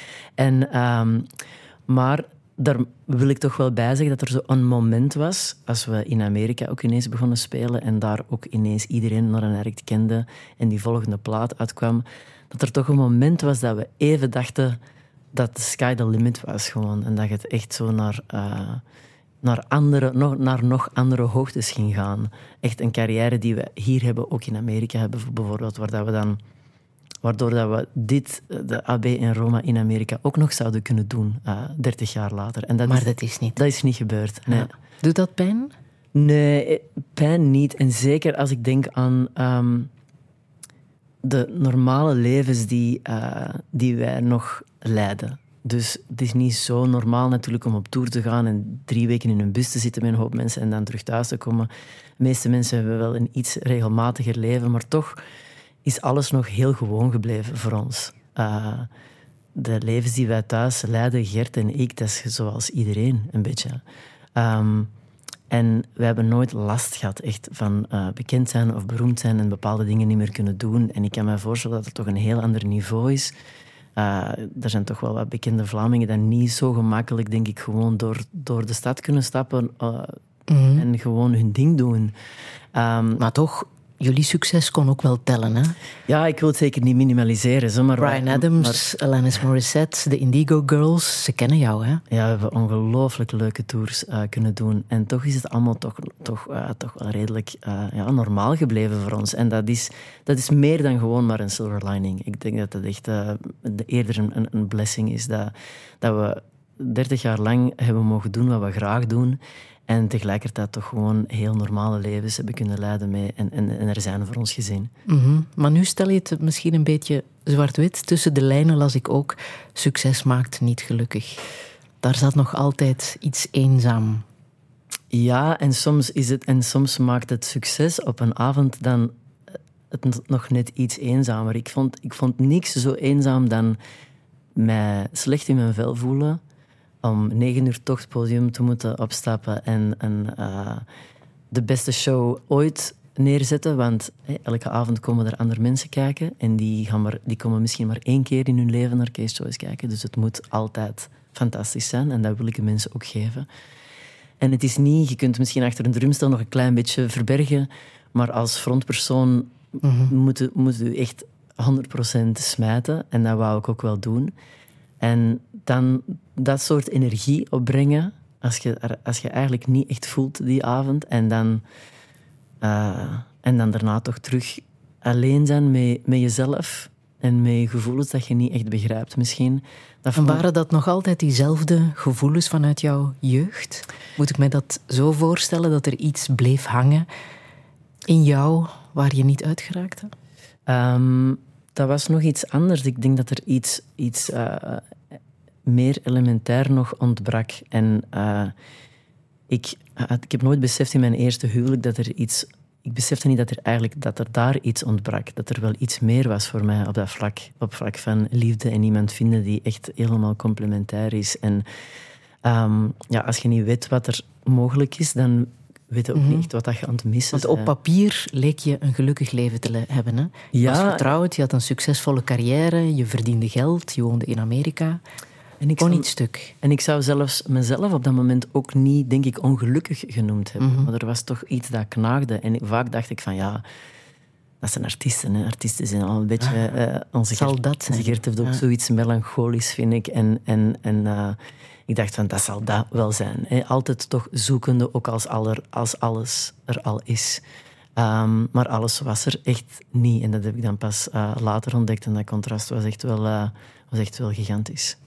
Maar daar wil ik toch wel bij zeggen dat er zo'n moment was, als we in Amerika ook ineens begonnen spelen en daar ook ineens iedereen Not an Addict kende en die volgende plaat uitkwam, dat er toch een moment was dat we even dachten dat the sky the limit was gewoon. En dat het echt zo naar nog andere hoogtes ging gaan. Echt een carrière die we hier hebben, ook in Amerika hebben bijvoorbeeld, waardoor dat we de AB en Roma in Amerika ook nog zouden kunnen doen, 30 jaar later. En dat is niet. Dat is niet gebeurd. Nee. Ja. Doet dat pijn? Nee, pijn niet. En zeker als ik denk aan de normale levens die wij nog leiden. Dus het is niet zo normaal natuurlijk om op tour te gaan en 3 weken in een bus te zitten met een hoop mensen en dan terug thuis te komen. De meeste mensen hebben wel een iets regelmatiger leven, maar toch is alles nog heel gewoon gebleven voor ons. De levens die wij thuis leiden, Gert en ik, dat is zoals iedereen een beetje. En we hebben nooit last gehad echt van bekend zijn of beroemd zijn en bepaalde dingen niet meer kunnen doen. En ik kan me voorstellen dat het toch een heel ander niveau is. Er zijn toch wel wat bekende Vlamingen die niet zo gemakkelijk, denk ik, gewoon door de stad kunnen stappen en gewoon hun ding doen. Maar toch, jullie succes kon ook wel tellen, hè? Ja, ik wil het zeker niet minimaliseren. Maar Bryan Adams, Alanis Morissette, de Indigo Girls, ze kennen jou, hè? Ja, we hebben ongelooflijk leuke tours kunnen doen. En toch is het allemaal toch wel redelijk normaal gebleven voor ons. En dat is meer dan gewoon maar een silver lining. Ik denk dat het echt eerder een blessing is. Dat we 30 jaar lang hebben mogen doen wat we graag doen. En tegelijkertijd toch gewoon heel normale levens hebben kunnen leiden mee en er zijn voor ons gezin. Mm-hmm. Maar nu stel je het misschien een beetje zwart-wit. Tussen de lijnen las ik ook, succes maakt niet gelukkig. Daar zat nog altijd iets eenzaam. Ja, en soms maakt het succes op een avond dan het nog net iets eenzamer. Ik vond niks zo eenzaam dan mij slecht in mijn vel voelen, om 9 uur toch het podium te moeten opstappen en de beste show ooit neerzetten. Want elke avond komen er andere mensen kijken en die komen misschien maar 1 keer in hun leven naar Case Choice kijken. Dus het moet altijd fantastisch zijn en dat wil ik de mensen ook geven. En het is niet, je kunt misschien achter een drumstel nog een klein beetje verbergen, maar als frontpersoon moet u echt 100% smijten en dat wou ik ook wel doen. En dan dat soort energie opbrengen, als je eigenlijk niet echt voelt die avond, en dan daarna toch terug alleen zijn met jezelf en met gevoelens dat je niet echt begrijpt misschien. En waren dat nog altijd diezelfde gevoelens vanuit jouw jeugd? Moet ik me dat zo voorstellen, dat er iets bleef hangen in jou waar je niet uit geraakte? Dat was nog iets anders. Ik denk dat er iets meer elementair nog ontbrak. En ik heb nooit beseft in mijn eerste huwelijk dat er iets... Ik besefte niet dat er daar iets ontbrak. Dat er wel iets meer was voor mij op dat vlak. Op vlak van liefde en iemand vinden die echt helemaal complementair is. En als je niet weet wat er mogelijk is, dan weet je ook niet echt wat je aan het missen bent. Want op papier leek je een gelukkig leven te hebben. Hè? Je was getrouwd, je had een succesvolle carrière, je verdiende geld, je woonde in Amerika. Kon niet stuk. En ik zou zelfs mezelf op dat moment ook niet, denk ik, ongelukkig genoemd hebben. Mhm. Maar er was toch iets dat knaagde. En vaak dacht ik van, ja, dat zijn artiesten. Hè. Artiesten zijn al een beetje... Onze Gert heeft ook zoiets melancholisch, vind ik. En ik dacht van, dat zal dat wel zijn. Hè. Altijd toch zoekende, ook als alles er al is. Maar alles was er echt niet. En dat heb ik dan pas later ontdekt. En dat contrast was echt wel gigantisch.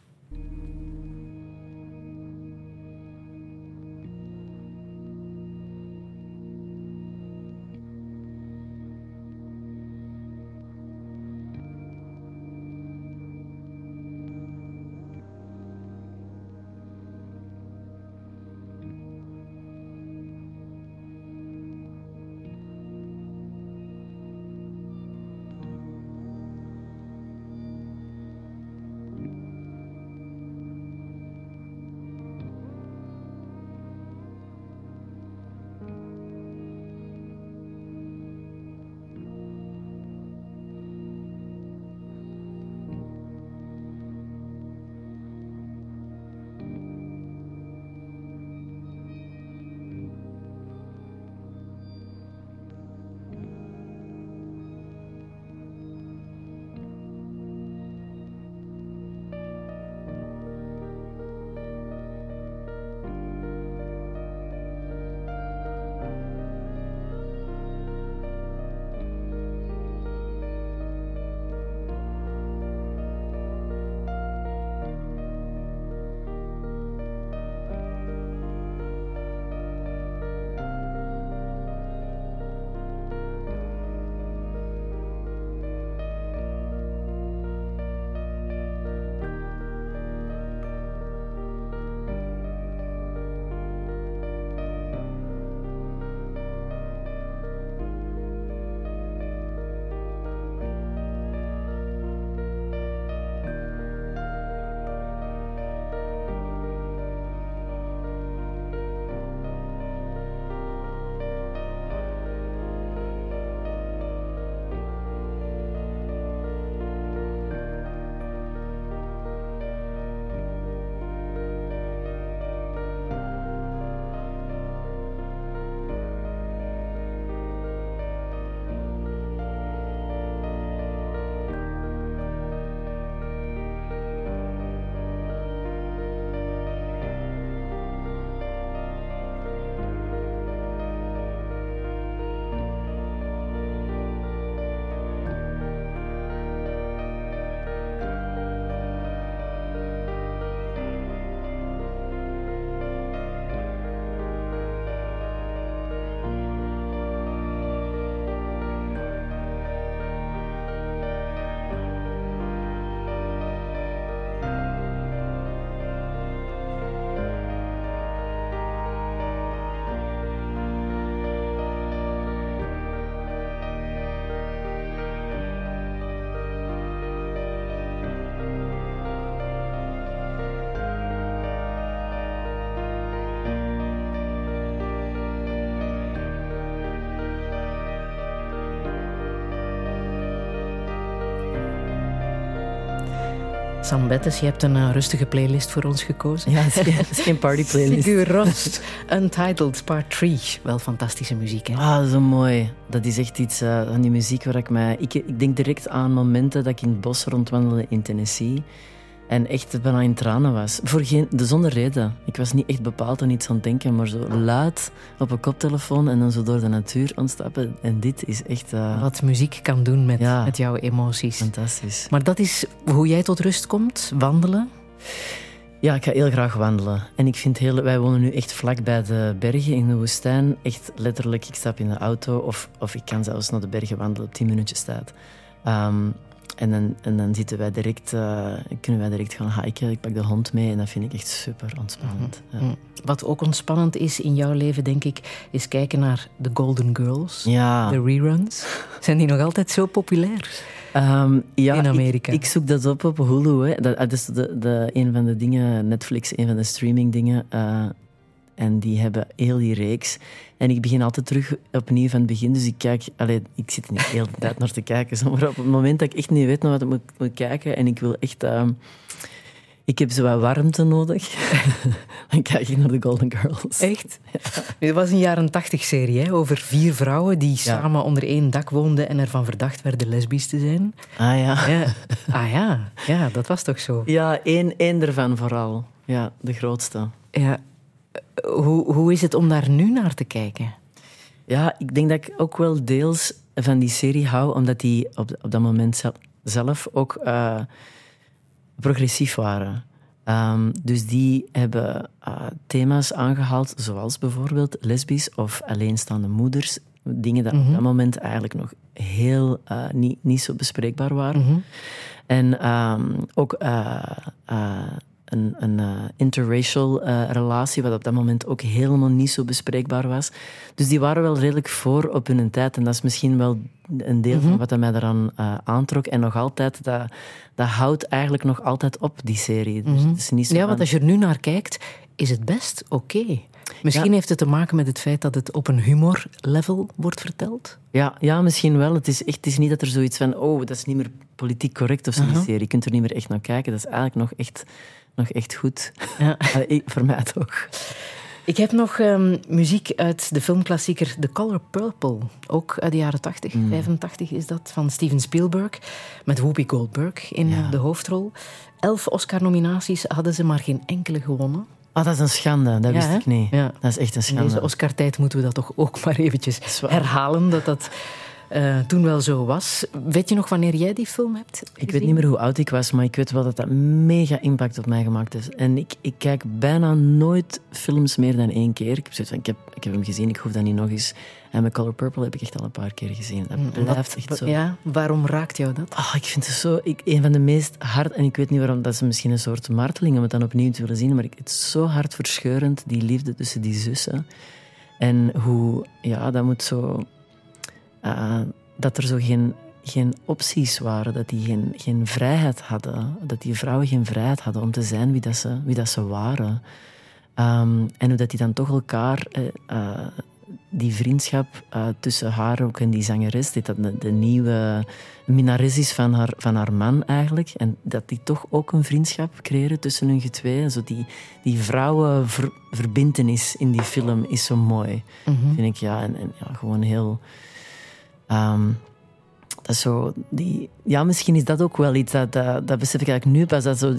Sam Bettes, je hebt een rustige playlist voor ons gekozen. Ja, het is geen partyplaylist. Sigur Rós, Untitled Part 3. Wel fantastische muziek, hè? Ah, zo mooi. Dat is echt iets van die muziek waar ik mij... Ik denk direct aan momenten dat ik in het bos rondwandelde in Tennessee en echt bijna in tranen was. Zonder reden. Ik was niet echt bepaald aan iets aan het denken, maar zo luid op een koptelefoon en dan zo door de natuur ontstappen. En dit is echt... Wat muziek kan doen met jouw emoties. Fantastisch. Maar dat is hoe jij tot rust komt? Wandelen? Ja, ik ga heel graag wandelen. En ik vind wij wonen nu echt vlak bij de bergen in de woestijn. Echt letterlijk, ik stap in de auto of ik kan zelfs naar de bergen wandelen op 10 minuutjes tijd. En dan kunnen wij direct gaan hiken. Ik pak de hond mee en dat vind ik echt super ontspannend. Mm-hmm. Ja. Wat ook ontspannend is in jouw leven, denk ik, is kijken naar de Golden Girls. Ja. De reruns. Zijn die nog altijd zo populair? Ja, in Amerika. Ik zoek dat op Hulu. Hè. Dat is een van de dingen, Netflix, een van de streaming dingen. En die hebben heel die reeks. En ik begin altijd terug opnieuw van het begin. Dus ik zit er niet de hele tijd naar te kijken. Maar op het moment dat ik echt niet weet naar wat ik moet kijken en ik wil echt Ik heb zo wat warmte nodig. Dan kijk ik naar de Golden Girls. Echt? Ja. Dit was een jaren 80-serie hè, over 4 vrouwen die samen onder 1 dak woonden en ervan verdacht werden lesbisch te zijn. Ah ja. Ja, dat was toch zo? Ja, één ervan vooral. Ja, de grootste. Ja. Hoe is het om daar nu naar te kijken? Ja, ik denk dat ik ook wel deels van die serie hou, omdat die op dat moment zelf ook progressief waren. Dus die hebben thema's aangehaald, zoals bijvoorbeeld lesbisch of alleenstaande moeders. Dingen die op dat moment eigenlijk nog heel niet zo bespreekbaar waren. En ook een interracial relatie, wat op dat moment ook helemaal niet zo bespreekbaar was. Dus die waren wel redelijk voor op hun tijd. En dat is misschien wel een deel van wat mij daaraan aantrok. En nog altijd, dat houdt eigenlijk nog altijd op, die serie. Dus het is niet zo want als je er nu naar kijkt, is het best oké. Misschien heeft het te maken met het feit dat het op een humorlevel wordt verteld? Ja, misschien wel. Het is niet dat er zoiets van, dat is niet meer politiek correct of zo, die serie. Je kunt er niet meer echt naar kijken. Dat is eigenlijk nog echt goed. Ja. Voor mij toch. Ik heb nog muziek uit de filmklassieker The Color Purple. Ook uit de jaren 80, 85 is dat, van Steven Spielberg. Met Whoopi Goldberg in de hoofdrol. 11 Oscar-nominaties hadden ze, maar geen enkele gewonnen. Dat is een schande, dat wist ik niet. Ja. Dat is echt een schande. In deze Oscar-tijd moeten we dat toch ook maar eventjes herhalen, dat toen wel zo was. Weet je nog wanneer jij die film hebt gezien? Ik weet niet meer hoe oud ik was, maar ik weet wel dat mega impact op mij gemaakt heeft. En ik kijk bijna nooit films meer dan 1 keer. Ik heb hem gezien, ik hoef dat niet nog eens. En met Color Purple heb ik echt al een paar keer gezien. Dat blijft echt zo. Ja, waarom raakt jou dat? Ik vind het zo... een van de meest hard... En ik weet niet waarom, dat is misschien een soort marteling om het dan opnieuw te willen zien, maar het is zo hartverscheurend, die liefde tussen die zussen. En hoe... Ja, dat moet zo... dat er zo geen opties waren, dat die geen vrijheid hadden, dat die vrouwen geen vrijheid hadden om te zijn wie dat ze waren. En hoe dat die dan toch elkaar... die vriendschap tussen haar ook en die zangeres, dat de nieuwe minares is van haar man eigenlijk, en dat die toch ook een vriendschap creëren tussen hun twee. Zo die vrouwenverbintenis in die film is zo mooi, vind ik. Ja, en gewoon heel... dat is zo misschien is dat ook wel iets dat besef ik eigenlijk nu pas, dat zo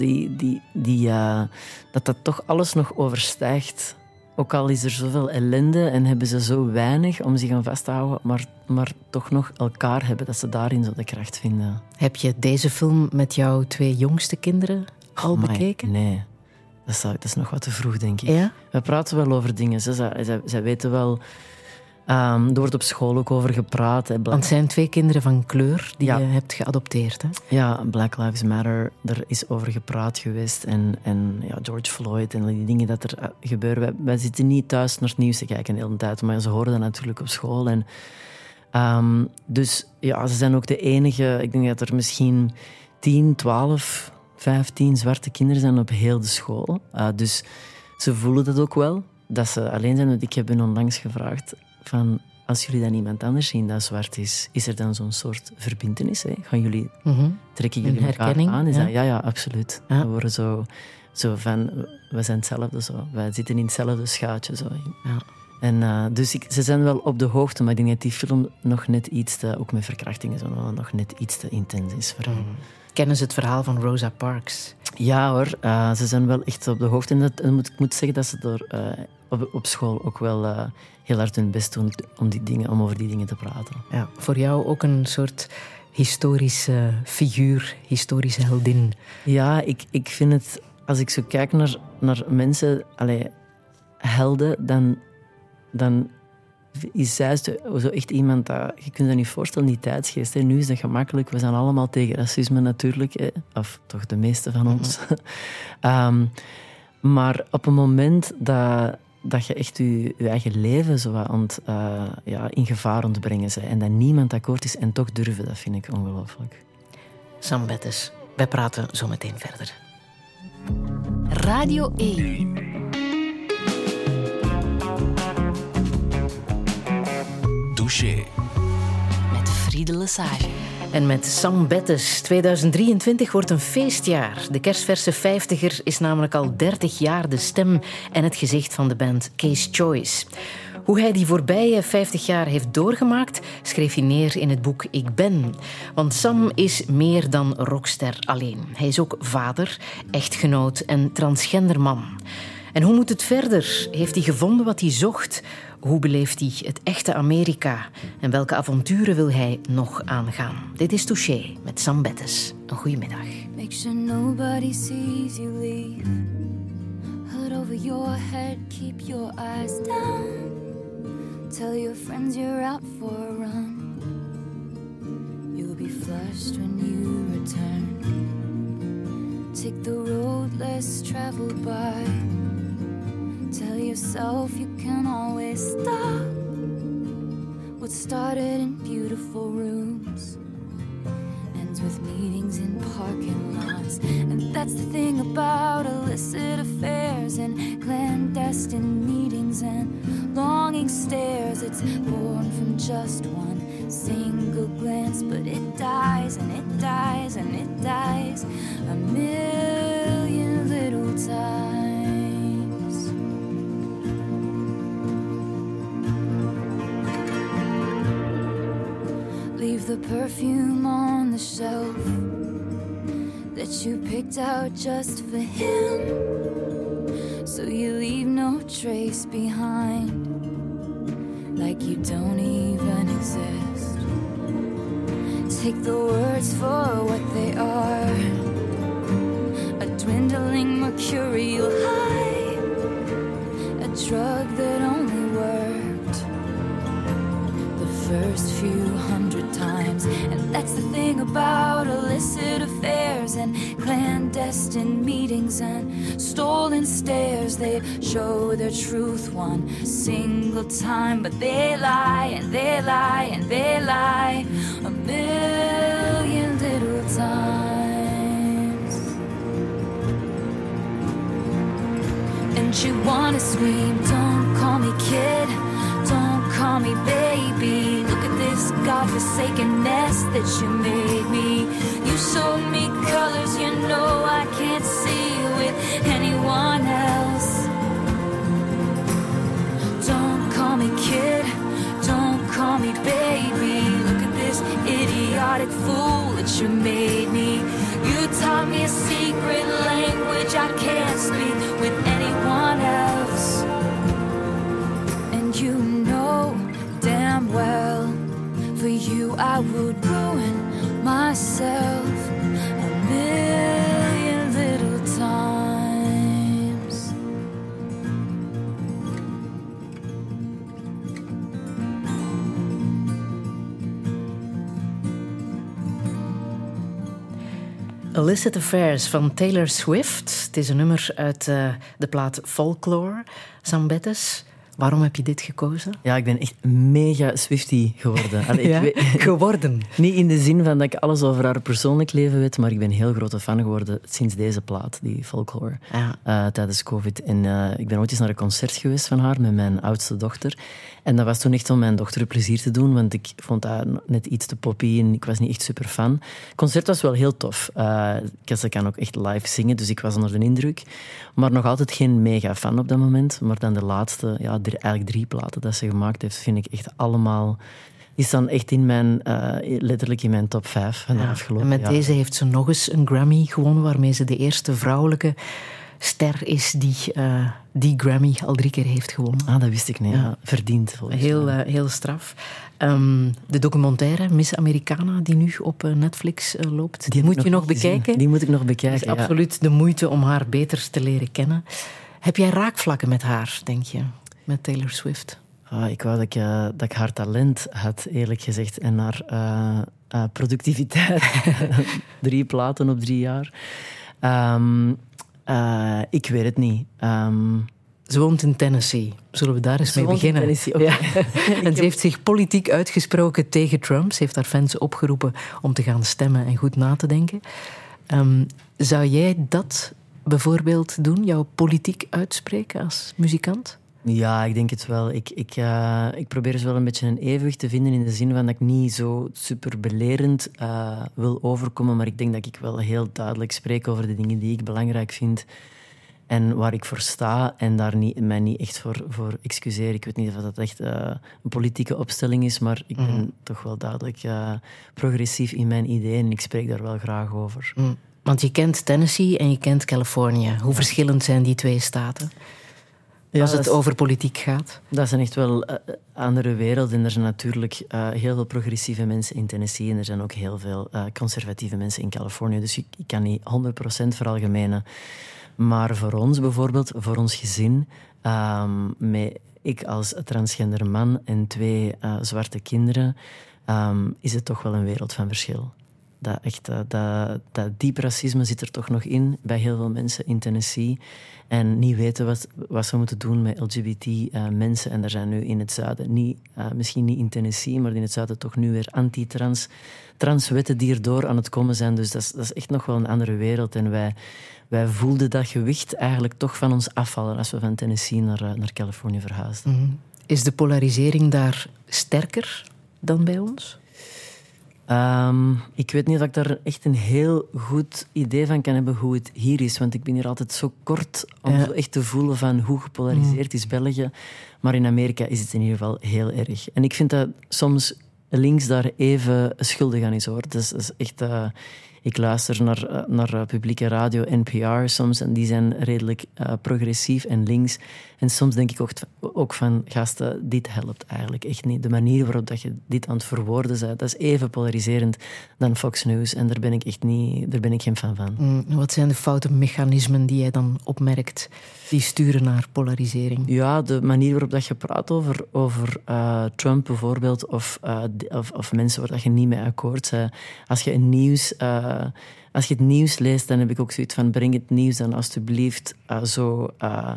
dat toch alles nog overstijgt. Ook al is er zoveel ellende en hebben ze zo weinig om zich aan vast te houden, maar toch nog elkaar hebben, dat ze daarin zo de kracht vinden. Heb je deze film met jouw 2 jongste kinderen al bekeken? Nee, dat is nog wat te vroeg, denk ik. Ja? We praten wel over dingen. Zij weten wel... er wordt op school ook over gepraat. Want het zijn 2 kinderen van kleur die je hebt geadopteerd. Hè? Ja, Black Lives Matter. Er is over gepraat geweest. En George Floyd en die dingen dat er gebeuren. Wij zitten niet thuis naar het nieuws te kijken de hele tijd. Maar ze horen dat natuurlijk op school. En, dus ja, ze zijn ook de enige... Ik denk dat er misschien 10, 12, 15 zwarte kinderen zijn op heel de school. Dus ze voelen dat ook wel. Dat ze alleen zijn. Ik heb hen onlangs gevraagd... van als jullie dan iemand anders zien dat zwart is, is er dan zo'n soort verbintenis? Hè? Trekken jullie elkaar aan? Is dat, ja, absoluut. Ja. We worden zo van, we zijn hetzelfde. Zo. Wij zitten in hetzelfde schuitje. Zo. Ja. En, dus ze zijn wel op de hoogte, maar ik denk dat die film nog net iets te, ook met verkrachtingen, zo, nog net iets te intens is voor hen. Kennen ze het verhaal van Rosa Parks? Ja hoor, ze zijn wel echt op de hoogte. En ik moet zeggen dat ze er op school ook wel heel hard hun best doen om over die dingen te praten. Ja, voor jou ook een soort historische figuur, historische heldin. Ja, ik vind het... Als ik zo kijk naar mensen, helden, dan is zij zo echt iemand dat... Je kunt dat niet voorstellen, die tijdsgeest. Hè. Nu is dat gemakkelijk. We zijn allemaal tegen racisme natuurlijk. Hè. Of toch de meeste van ons. Maar op een moment dat je echt je eigen leven zo in gevaar ontbrengen bent en dat niemand akkoord is en toch durven, dat vind ik ongelooflijk. Sam Bettes, wij praten zo meteen verder. Radio 1. Douché. Met Marie de Lesage. En met Sam Bettes. 2023 wordt een feestjaar. De kerstverse 50er is namelijk al 30 jaar de stem en het gezicht van de band Case Choice. Hoe hij die voorbije 50 jaar heeft doorgemaakt, schreef hij neer in het boek Ik Ben. Want Sam is meer dan rockster alleen. Hij is ook vader, echtgenoot en transgenderman. En hoe moet het verder? Heeft hij gevonden wat hij zocht? Hoe beleeft hij het echte Amerika? En welke avonturen wil hij nog aangaan? Dit is Touché met Sam Bettes. Een goede middag. Make sure nobody sees you leave. Hood over your head, keep your eyes down. Tell your friends you're out for a run. You'll be flushed when you return. Take the road less traveled by. Tell yourself you can always stop. What started in beautiful rooms ends with meetings in parking lots. And that's the thing about illicit affairs and clandestine meetings and longing stares. It's born from just one single glance, but it dies and it dies and it dies a million little times. Leave the perfume on the shelf that you picked out just for him, so you leave no trace behind, like you don't even exist. Take the words for what they are, a dwindling mercurial high, a drug that only worked the first few hundred times. And that's the thing about illicit affairs and clandestine meetings and stolen stares. They show their truth one single time, but they lie and they lie and they lie a million little times. And you wanna scream, don't call me kid, don't call me baby. Look at this godforsaken mess that you made me. You showed me colors you know I can't see with anyone else. Don't call me kid, don't call me baby. Look at this idiotic fool that you made me. You taught me a secret language I can't speak with anyone else. And you know damn well, for you I would ruin myself a million little times. Illicit Affairs van Taylor Swift. Het is een nummer uit de plaat Folklore. Sam Bettes, waarom heb je dit gekozen? Ja, ik ben echt mega Swiftie geworden. Allee, Ja, geworden. Niet in de zin van dat ik alles over haar persoonlijk leven weet, maar ik ben heel grote fan geworden sinds deze plaat, die Folklore, tijdens COVID. En ik ben ooit eens naar een concert geweest van haar met mijn oudste dochter. En dat was toen echt om mijn dochter een plezier te doen, want ik vond dat net iets te poppy en ik was niet echt super fan. Het concert was wel heel tof. Ze kan ook echt live zingen, dus ik was onder de indruk. Maar nog altijd geen mega fan op dat moment. Maar dan de laatste, eigenlijk 3 platen dat ze gemaakt heeft, vind ik echt allemaal... Die staan echt in mijn, letterlijk in mijn top 5 van de afgelopen En met deze heeft ze nog eens een Grammy gewonnen, waarmee ze de eerste vrouwelijke ster is die Grammy al 3 keer heeft gewonnen. Ah, dat wist ik niet. Ja. Verdiend, volgens mij. Heel straf. De documentaire Miss Americana, die nu op Netflix loopt, die moet je nog bekijken. Die moet ik nog bekijken, Het is absoluut de moeite om haar beter te leren kennen. Heb jij raakvlakken met haar, denk je? Met Taylor Swift? Ik wou dat ik haar talent had, eerlijk gezegd. En haar productiviteit. 3 platen op 3 jaar. Ik weet het niet. Ze woont in Tennessee. Zullen we daar eens mee beginnen? Okay. Ja. En ze heeft zich politiek uitgesproken tegen Trump. Ze heeft haar fans opgeroepen om te gaan stemmen en goed na te denken. Zou jij dat bijvoorbeeld doen? Jouw politiek uitspreken als muzikant? Ja, ik denk het wel. Ik probeer dus wel een beetje een evenwicht te vinden in de zin van dat ik niet zo super belerend wil overkomen, maar ik denk dat ik wel heel duidelijk spreek over de dingen die ik belangrijk vind en waar ik voor sta en daar mij niet echt voor excuseer. Ik weet niet of dat echt een politieke opstelling is, maar ik ben toch wel duidelijk progressief in mijn ideeën en ik spreek daar wel graag over. Want je kent Tennessee en je kent Californië. Hoe verschillend zijn die twee staten? Als het over politiek gaat. Dat zijn echt wel andere werelden. En er zijn natuurlijk heel veel progressieve mensen in Tennessee en er zijn ook heel veel conservatieve mensen in Californië. Dus ik kan niet 100% veralgemenen. Maar voor ons bijvoorbeeld, voor ons gezin, met ik als transgender man en 2 zwarte kinderen, is het toch wel een wereld van verschil. Dat diep racisme zit er toch nog in bij heel veel mensen in Tennessee. En niet weten wat ze moeten doen met LGBT-mensen. En er zijn nu in het zuiden, misschien niet in Tennessee, maar in het zuiden toch nu weer anti-trans-wetten die erdoor aan het komen zijn. Dus dat is echt nog wel een andere wereld. En wij voelden dat gewicht eigenlijk toch van ons afvallen als we van Tennessee naar Californië verhuisden. Is de polarisering daar sterker dan bij ons? Ik weet niet of ik daar echt een heel goed idee van kan hebben hoe het hier is. Want ik ben hier altijd zo kort om zo echt te voelen van hoe gepolariseerd is België. Maar in Amerika is het in ieder geval heel erg. En ik vind dat soms links daar even schuldig aan is, hoor. Dus dat is echt... Ik luister naar publieke radio, NPR soms, en die zijn redelijk progressief en links. En soms denk ik ook van, gasten, dit helpt eigenlijk echt niet. De manier waarop dat je dit aan het verwoorden bent, dat is even polariserend dan Fox News. En daar ben ik geen fan van. Wat zijn de foute mechanismen die jij dan opmerkt, die sturen naar polarisering? Ja, de manier waarop dat je praat over Trump bijvoorbeeld, of mensen waar dat je niet mee akkoord bent. Als je het nieuws leest, dan heb ik ook zoiets van, breng het nieuws dan alsjeblieft zo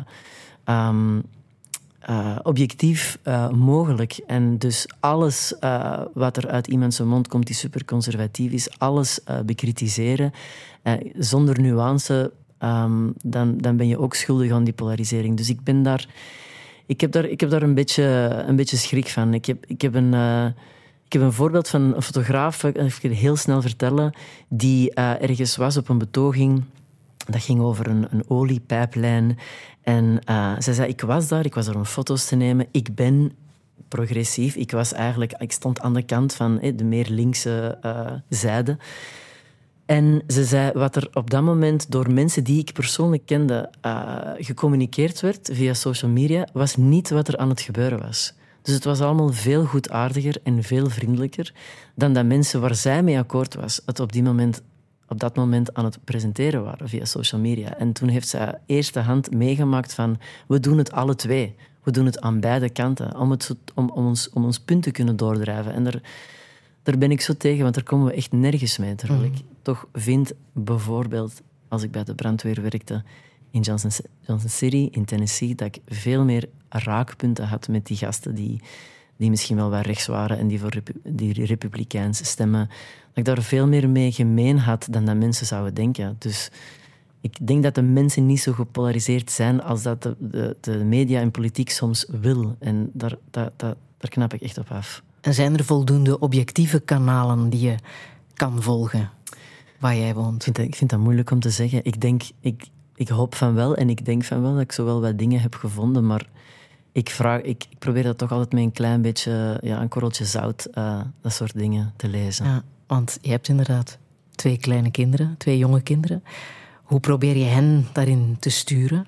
objectief mogelijk. En dus alles wat er uit iemand zijn mond komt die superconservatief is, alles bekritiseren zonder nuance, dan ben je ook schuldig aan die polarisering. Dus ik heb daar een beetje schrik van. Ik heb een voorbeeld van een fotograaf, dat ik het heel snel vertellen, die ergens was op een betoging. Dat ging over een oliepijplijn. En zij zei, ik was daar om foto's te nemen. Ik ben progressief. Ik stond aan de kant van de meer linkse zijde. En ze zei, wat er op dat moment door mensen die ik persoonlijk kende gecommuniceerd werd via social media, was niet wat er aan het gebeuren was. Dus het was allemaal veel goedaardiger en veel vriendelijker dan dat mensen waar zij mee akkoord was het op dat moment aan het presenteren waren via social media. En toen heeft zij eerste hand meegemaakt van, we doen het alle twee. We doen het aan beide kanten om ons punt te kunnen doordrijven. En daar ben ik zo tegen, want daar komen we echt nergens mee. Terwijl ik toch vind, bijvoorbeeld, als ik bij de brandweer werkte in Johnson City, in Tennessee, dat ik veel meer raakpunten had met die gasten die misschien wel wat rechts waren en die voor die republikeins stemmen. Dat ik daar veel meer mee gemeen had dan dat mensen zouden denken. Dus ik denk dat de mensen niet zo gepolariseerd zijn als dat de media en politiek soms wil. En daar knap ik echt op af. En zijn er voldoende objectieve kanalen die je kan volgen waar jij woont? Ik vind dat moeilijk om te zeggen. Ik hoop van wel en ik denk van wel dat ik zo wel wat dingen heb gevonden, maar ik probeer dat toch altijd met een klein beetje, een korreltje zout, dat soort dingen te lezen. Ja, want je hebt inderdaad 2 kleine kinderen, 2 jonge kinderen. Hoe probeer je hen daarin te sturen?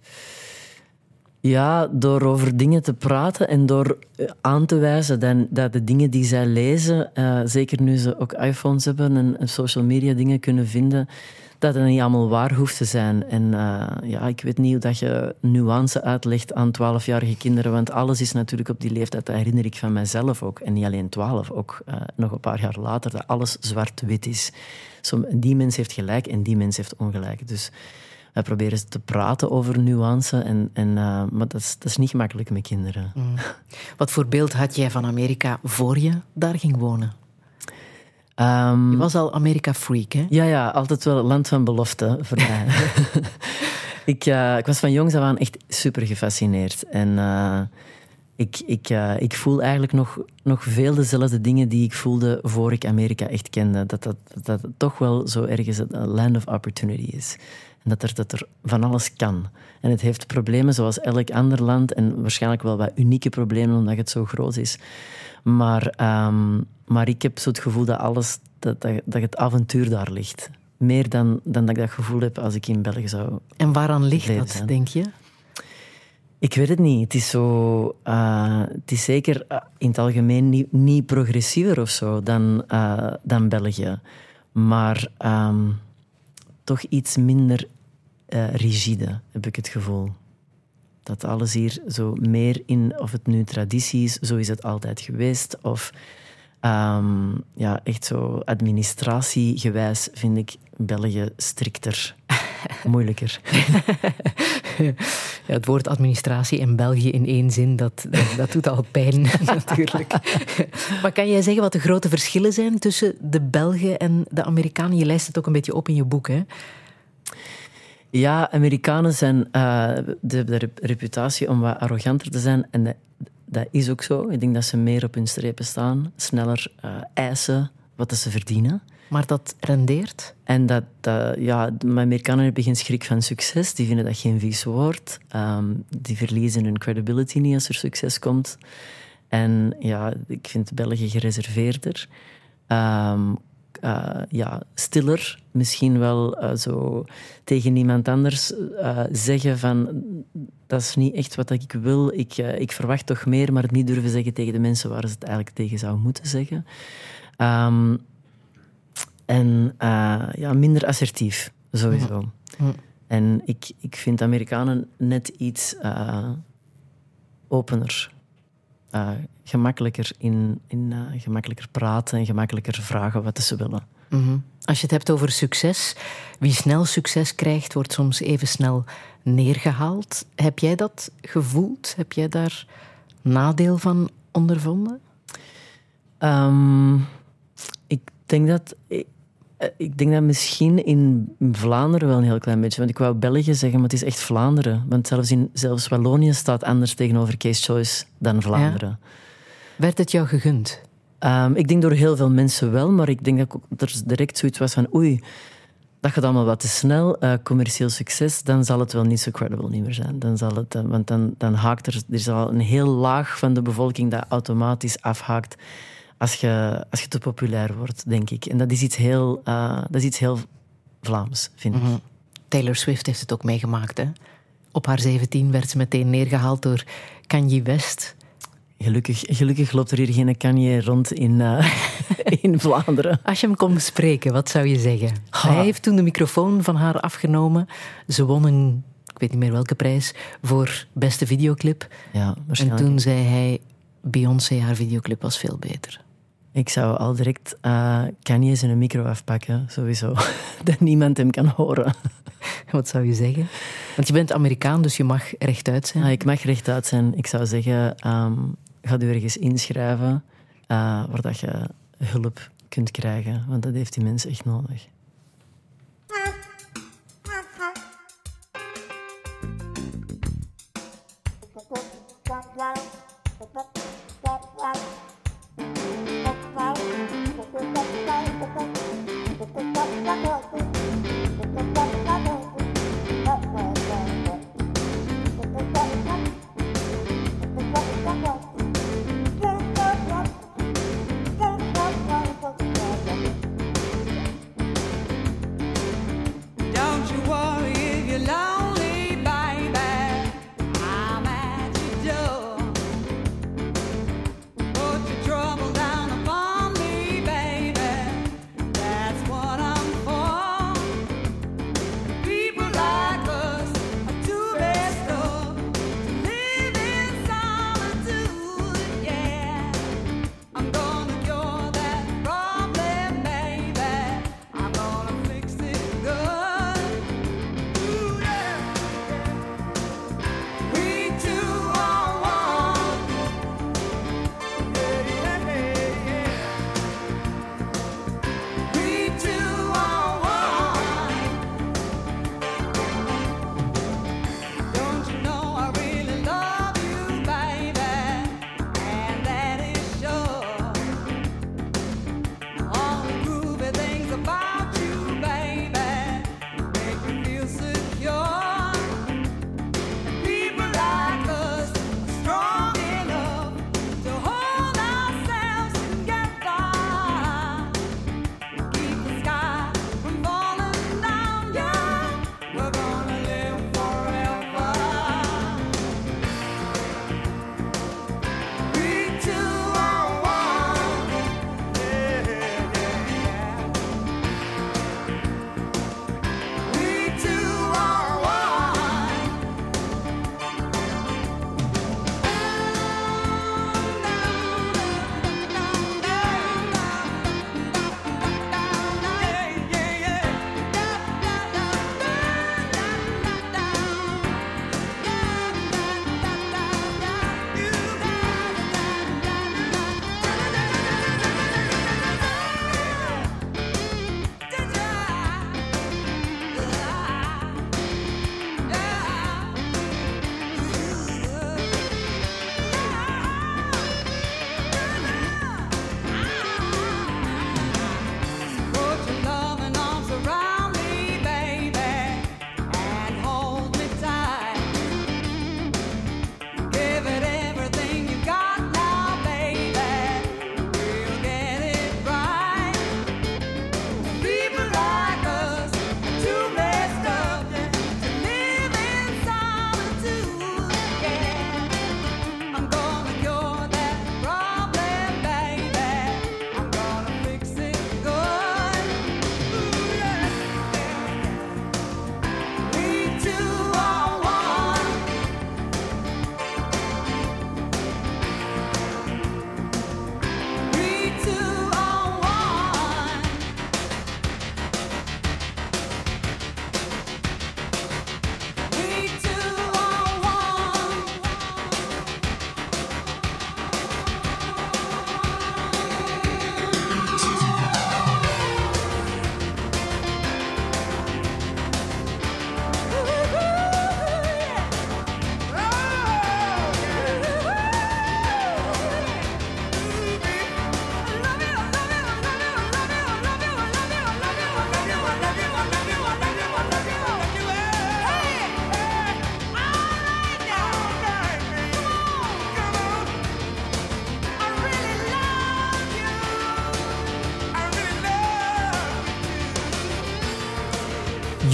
Ja, door over dingen te praten en door aan te wijzen dat de dingen die zij lezen, zeker nu ze ook iPhones hebben en social media dingen kunnen vinden, dat het niet allemaal waar hoeft te zijn. En ik weet niet hoe dat je nuance uitlegt aan 12-jarige kinderen, want alles is natuurlijk op die leeftijd, dat herinner ik van mijzelf ook. En niet alleen 12, ook nog een paar jaar later, dat alles zwart-wit is. Die mens heeft gelijk en die mens heeft ongelijk. Dus wij proberen te praten over nuance, maar dat is niet gemakkelijk met kinderen. Wat voor beeld had jij van Amerika voor je daar ging wonen? Je was al Amerika-freak, hè? Ja, altijd wel het land van belofte voor mij. Ik was van jongs af aan echt super gefascineerd. En ik voel eigenlijk nog veel dezelfde dingen die ik voelde voor ik Amerika echt kende. Dat het toch wel zo ergens een land of opportunity is. En dat er van alles kan. En het heeft problemen zoals elk ander land. En waarschijnlijk wel wat unieke problemen, omdat het zo groot is. Maar ik heb zo het gevoel dat het avontuur daar ligt. Meer dan dat ik dat gevoel heb als ik in België zou... En waaraan ligt dat, zijn. denk je? Ik weet het niet. Het is zo... het is zeker in het algemeen niet progressiever of zo dan België. Maar toch iets minder rigide, heb ik het gevoel. Dat alles hier zo meer in... Of het nu traditie is, zo is het altijd geweest. Of echt zo administratiegewijs vind ik België strikter. Moeilijker. Ja, het woord administratie en België in één zin, dat doet al pijn natuurlijk. Maar kan jij zeggen wat de grote verschillen zijn tussen de Belgen en de Amerikanen? Je lijst het ook een beetje op in je boek, hè? Ja, Amerikanen zijn de reputatie om wat arroganter te zijn. En dat is ook zo. Ik denk dat ze meer op hun strepen staan. Sneller eisen wat ze verdienen. Maar dat rendeert? En de Amerikanen hebben geen schrik van succes. Die vinden dat geen vies woord. Die verliezen hun credibility niet als er succes komt. En ja, ik vind België gereserveerder. Stiller. Misschien wel zo tegen iemand anders zeggen van... Dat is niet echt wat ik wil. Ik verwacht toch meer, maar het niet durven zeggen tegen de mensen waar ze het eigenlijk tegen zou moeten zeggen. Minder assertief, sowieso. En ik vind Amerikanen net iets opener. Gemakkelijker gemakkelijker praten en gemakkelijker vragen wat ze willen. Mm-hmm. Als je het hebt over succes, wie snel succes krijgt, wordt soms even snel neergehaald. Heb jij dat gevoeld? Heb jij daar nadeel van ondervonden? Ik denk dat misschien in Vlaanderen wel een heel klein beetje. Want ik wou België zeggen, maar het is echt Vlaanderen. Want zelfs Wallonië staat anders tegenover Kees Joyce dan Vlaanderen. Ja. Werd het jou gegund? Ik denk door heel veel mensen wel, maar ik denk dat er direct zoiets was van oei, dat gaat allemaal wat te snel. Commercieel succes, dan zal het wel niet zo credible niet meer zijn. Want dan haakt er is al een heel laag van de bevolking dat automatisch afhaakt als je te populair wordt, denk ik. En dat is iets heel Vlaams, vind ik. Mm-hmm. Taylor Swift heeft het ook meegemaakt, hè? Op haar 17 werd ze meteen neergehaald door Kanye West. Gelukkig loopt er hier geen Kanye rond in Vlaanderen. Als je hem kon bespreken, wat zou je zeggen? Hij heeft toen de microfoon van haar afgenomen. Ze won een, ik weet niet meer welke prijs, voor beste videoclip. Ja, en toen zei hij, Beyoncé, haar videoclip was veel beter. Ik zou al direct Kanye zijn micro afpakken, sowieso. Dat niemand hem kan horen. Wat zou je zeggen? Want je bent Amerikaan, dus je mag rechtuit zijn. Ik mag rechtuit zijn. Ik zou zeggen, ga u ergens inschrijven waar dat je hulp kunt krijgen. Want dat heeft die mensen echt nodig.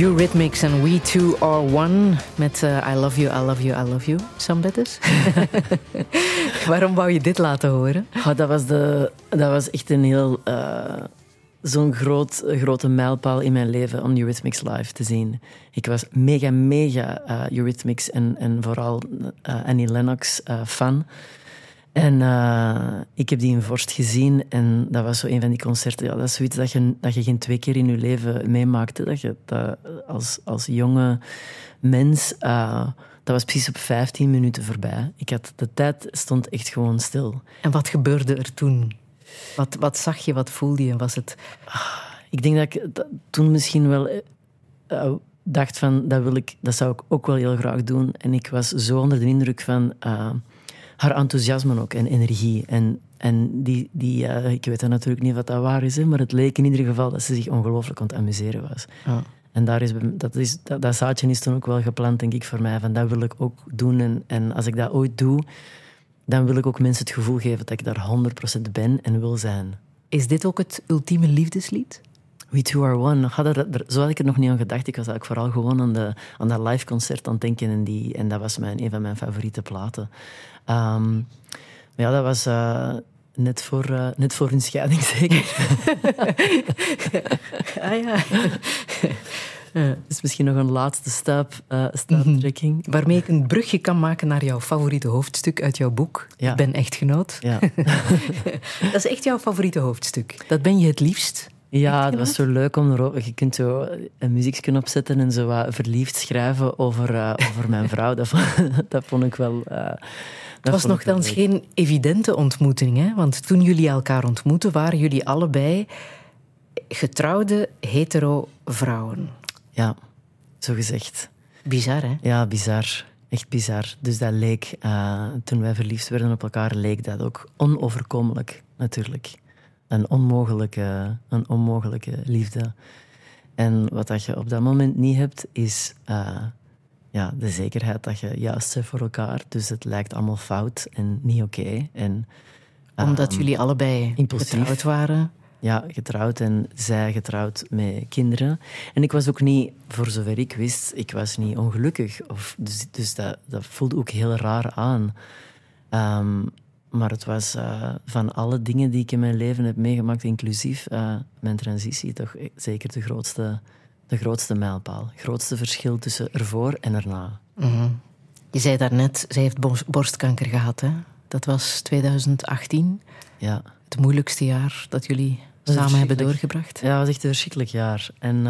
Eurythmics en We Two Are One met I Love You, I Love You, I Love You. Sam Bettes? Waarom wou je dit laten horen? Oh, dat was echt een heel... zo'n grote mijlpaal in mijn leven om Eurythmics live te zien. Ik was mega Eurythmics en vooral Annie Lennox fan. En ik heb die in Vorst gezien en dat was zo een van die concerten. Ja, dat is zoiets dat je geen 2 keer in je leven meemaakt. Hè. Dat je dat als jonge mens... dat was precies op 15 minuten voorbij. De tijd stond echt gewoon stil. En wat gebeurde er toen? Wat zag je, wat voelde je? Was het... Ik denk dat ik toen misschien wel dacht van... Dat zou ik ook wel heel graag doen. En ik was zo onder de indruk van... haar enthousiasme ook en energie. En ik weet natuurlijk niet wat dat waar is, hè, maar het leek in ieder geval dat ze zich ongelooflijk aan het amuseren was. Ja. En dat zaadje is toen ook wel geplant, denk ik, voor mij. Van dat wil ik ook doen. En als ik dat ooit doe, dan wil ik ook mensen het gevoel geven dat ik daar 100% ben en wil zijn. Is dit ook het ultieme liefdeslied? We Two Are One. Zo had ik er nog niet aan gedacht. Ik was eigenlijk vooral gewoon aan dat live concert aan het denken. En dat was een van mijn favoriete platen. Ja, dat was net voor hun scheiding, zeker. Ja. Dat is misschien nog een laatste stuiptrekking. Waarmee ik een brugje kan maken naar jouw favoriete hoofdstuk uit jouw boek. Ja. Ik ben echtgenoot. Ja. Dat is echt jouw favoriete hoofdstuk. Dat ben je het liefst. Ja, het was zo leuk om erover... Je kunt zo een muziekje opzetten en zo wat verliefd schrijven over mijn vrouw. Dat vond ik wel... Het was nogthans geen evidente ontmoeting, hè? Want toen jullie elkaar ontmoetten, waren jullie allebei getrouwde hetero vrouwen. Ja, zo gezegd. Bizar, hè? Ja, bizar. Echt bizar. Dus dat leek... toen wij verliefd werden op elkaar, leek dat ook onoverkomelijk, natuurlijk. Een onmogelijke liefde. En wat dat je op dat moment niet hebt, is de zekerheid dat je juist bent voor elkaar. Dus het lijkt allemaal fout en niet oké. Omdat jullie allebei impulsief getrouwd waren? Ja, getrouwd en zij getrouwd met kinderen. En ik was ook niet, voor zover ik wist, ik was niet ongelukkig. Dus dat voelde ook heel raar aan. Maar het was van alle dingen die ik in mijn leven heb meegemaakt, inclusief mijn transitie, toch zeker de grootste mijlpaal. Het grootste verschil tussen ervoor en erna. Mm-hmm. Je zei daarnet, zij heeft borstkanker gehad, hè? Dat was 2018. Ja. Het moeilijkste jaar dat jullie samen hebben doorgebracht. Ja, het was echt een verschrikkelijk jaar. En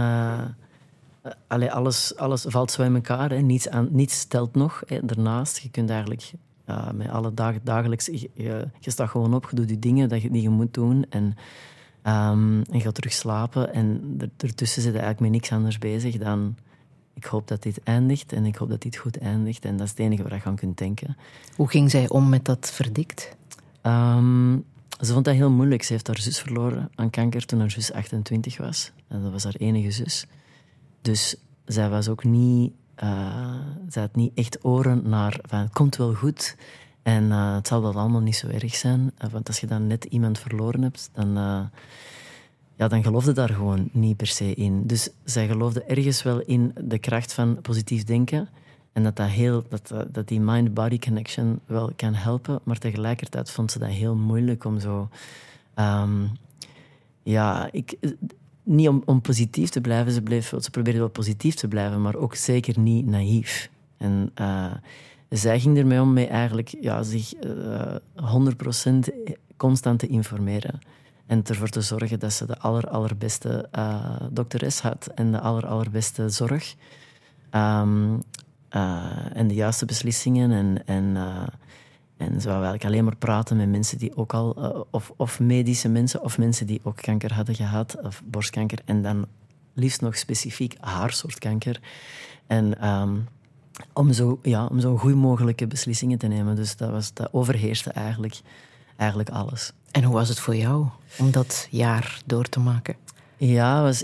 alles valt zo in elkaar. Hè. Niets telt nog. Hè. Daarnaast, je kunt eigenlijk... met alle dagelijks... Je staat gewoon op, je doet die dingen die je moet doen. En je gaat terug slapen. En ertussen zit je eigenlijk met niks anders bezig dan... Ik hoop dat dit eindigt en ik hoop dat dit goed eindigt. En dat is het enige waar je aan kunt denken. Hoe ging zij om met dat verdict? Ze vond dat heel moeilijk. Ze heeft haar zus verloren aan kanker toen haar zus 28 was. En dat was haar enige zus. Dus zij was ook niet... zij had niet echt oren naar van het komt wel goed en het zal wel allemaal niet zo erg zijn. Want als je dan net iemand verloren hebt, dan geloofde daar gewoon niet per se in. Dus zij geloofde ergens wel in de kracht van positief denken en dat die mind-body connection wel kan helpen, maar tegelijkertijd vond ze dat heel moeilijk om zo... Niet om positief te blijven. Ze probeerde wel positief te blijven, maar ook zeker niet naïef. En zij ging ermee om met eigenlijk zich 100% constant te informeren. En ervoor te zorgen dat ze de allerbeste dokteres had en de allerbeste zorg. En de juiste beslissingen. En ze wou eigenlijk alleen maar praten met mensen die ook al... Of medische mensen, of mensen die ook kanker hadden gehad, of borstkanker. En dan liefst nog specifiek haar soort kanker. En om zo goed mogelijke beslissingen te nemen. Dus dat overheerste eigenlijk alles. En hoe was het voor jou om dat jaar door te maken? Ja,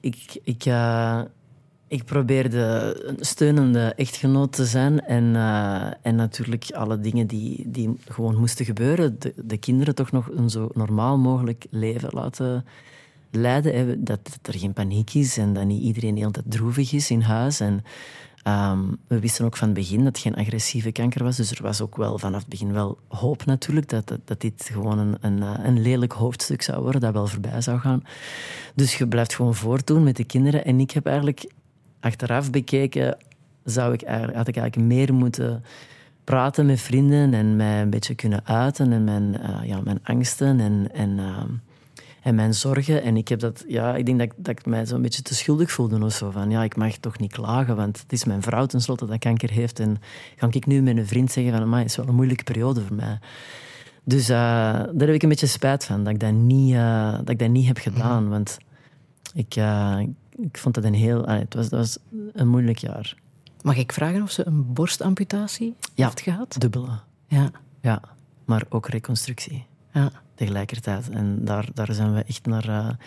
ik probeerde een steunende echtgenoot te zijn en natuurlijk alle dingen die gewoon moesten gebeuren. De kinderen toch nog een zo normaal mogelijk leven lijden. Hè, dat er geen paniek is en dat niet iedereen de hele tijd droevig is in huis. En we wisten ook van het begin dat het geen agressieve kanker was. Dus er was ook wel vanaf het begin wel hoop natuurlijk dat dit gewoon een lelijk hoofdstuk zou worden, dat wel voorbij zou gaan. Dus je blijft gewoon voortdoen met de kinderen. En ik heb eigenlijk achteraf bekeken, had ik eigenlijk meer moeten praten met vrienden en mij een beetje kunnen uiten en mijn angsten en mijn zorgen. En ik denk dat ik mij zo'n beetje te schuldig voelde of zo. Van ik mag toch niet klagen, want het is mijn vrouw tenslotte dat kanker heeft. En ga ik nu met een vriend zeggen van, het is wel een moeilijke periode voor mij. Dus daar heb ik een beetje spijt van, dat ik dat niet heb gedaan. Want ik vond dat dat was een moeilijk jaar. Mag ik vragen of ze een borstamputatie heeft gehad? Dubbele. Ja, maar ook reconstructie. Ja. Tegelijkertijd. En daar zijn we echt naar...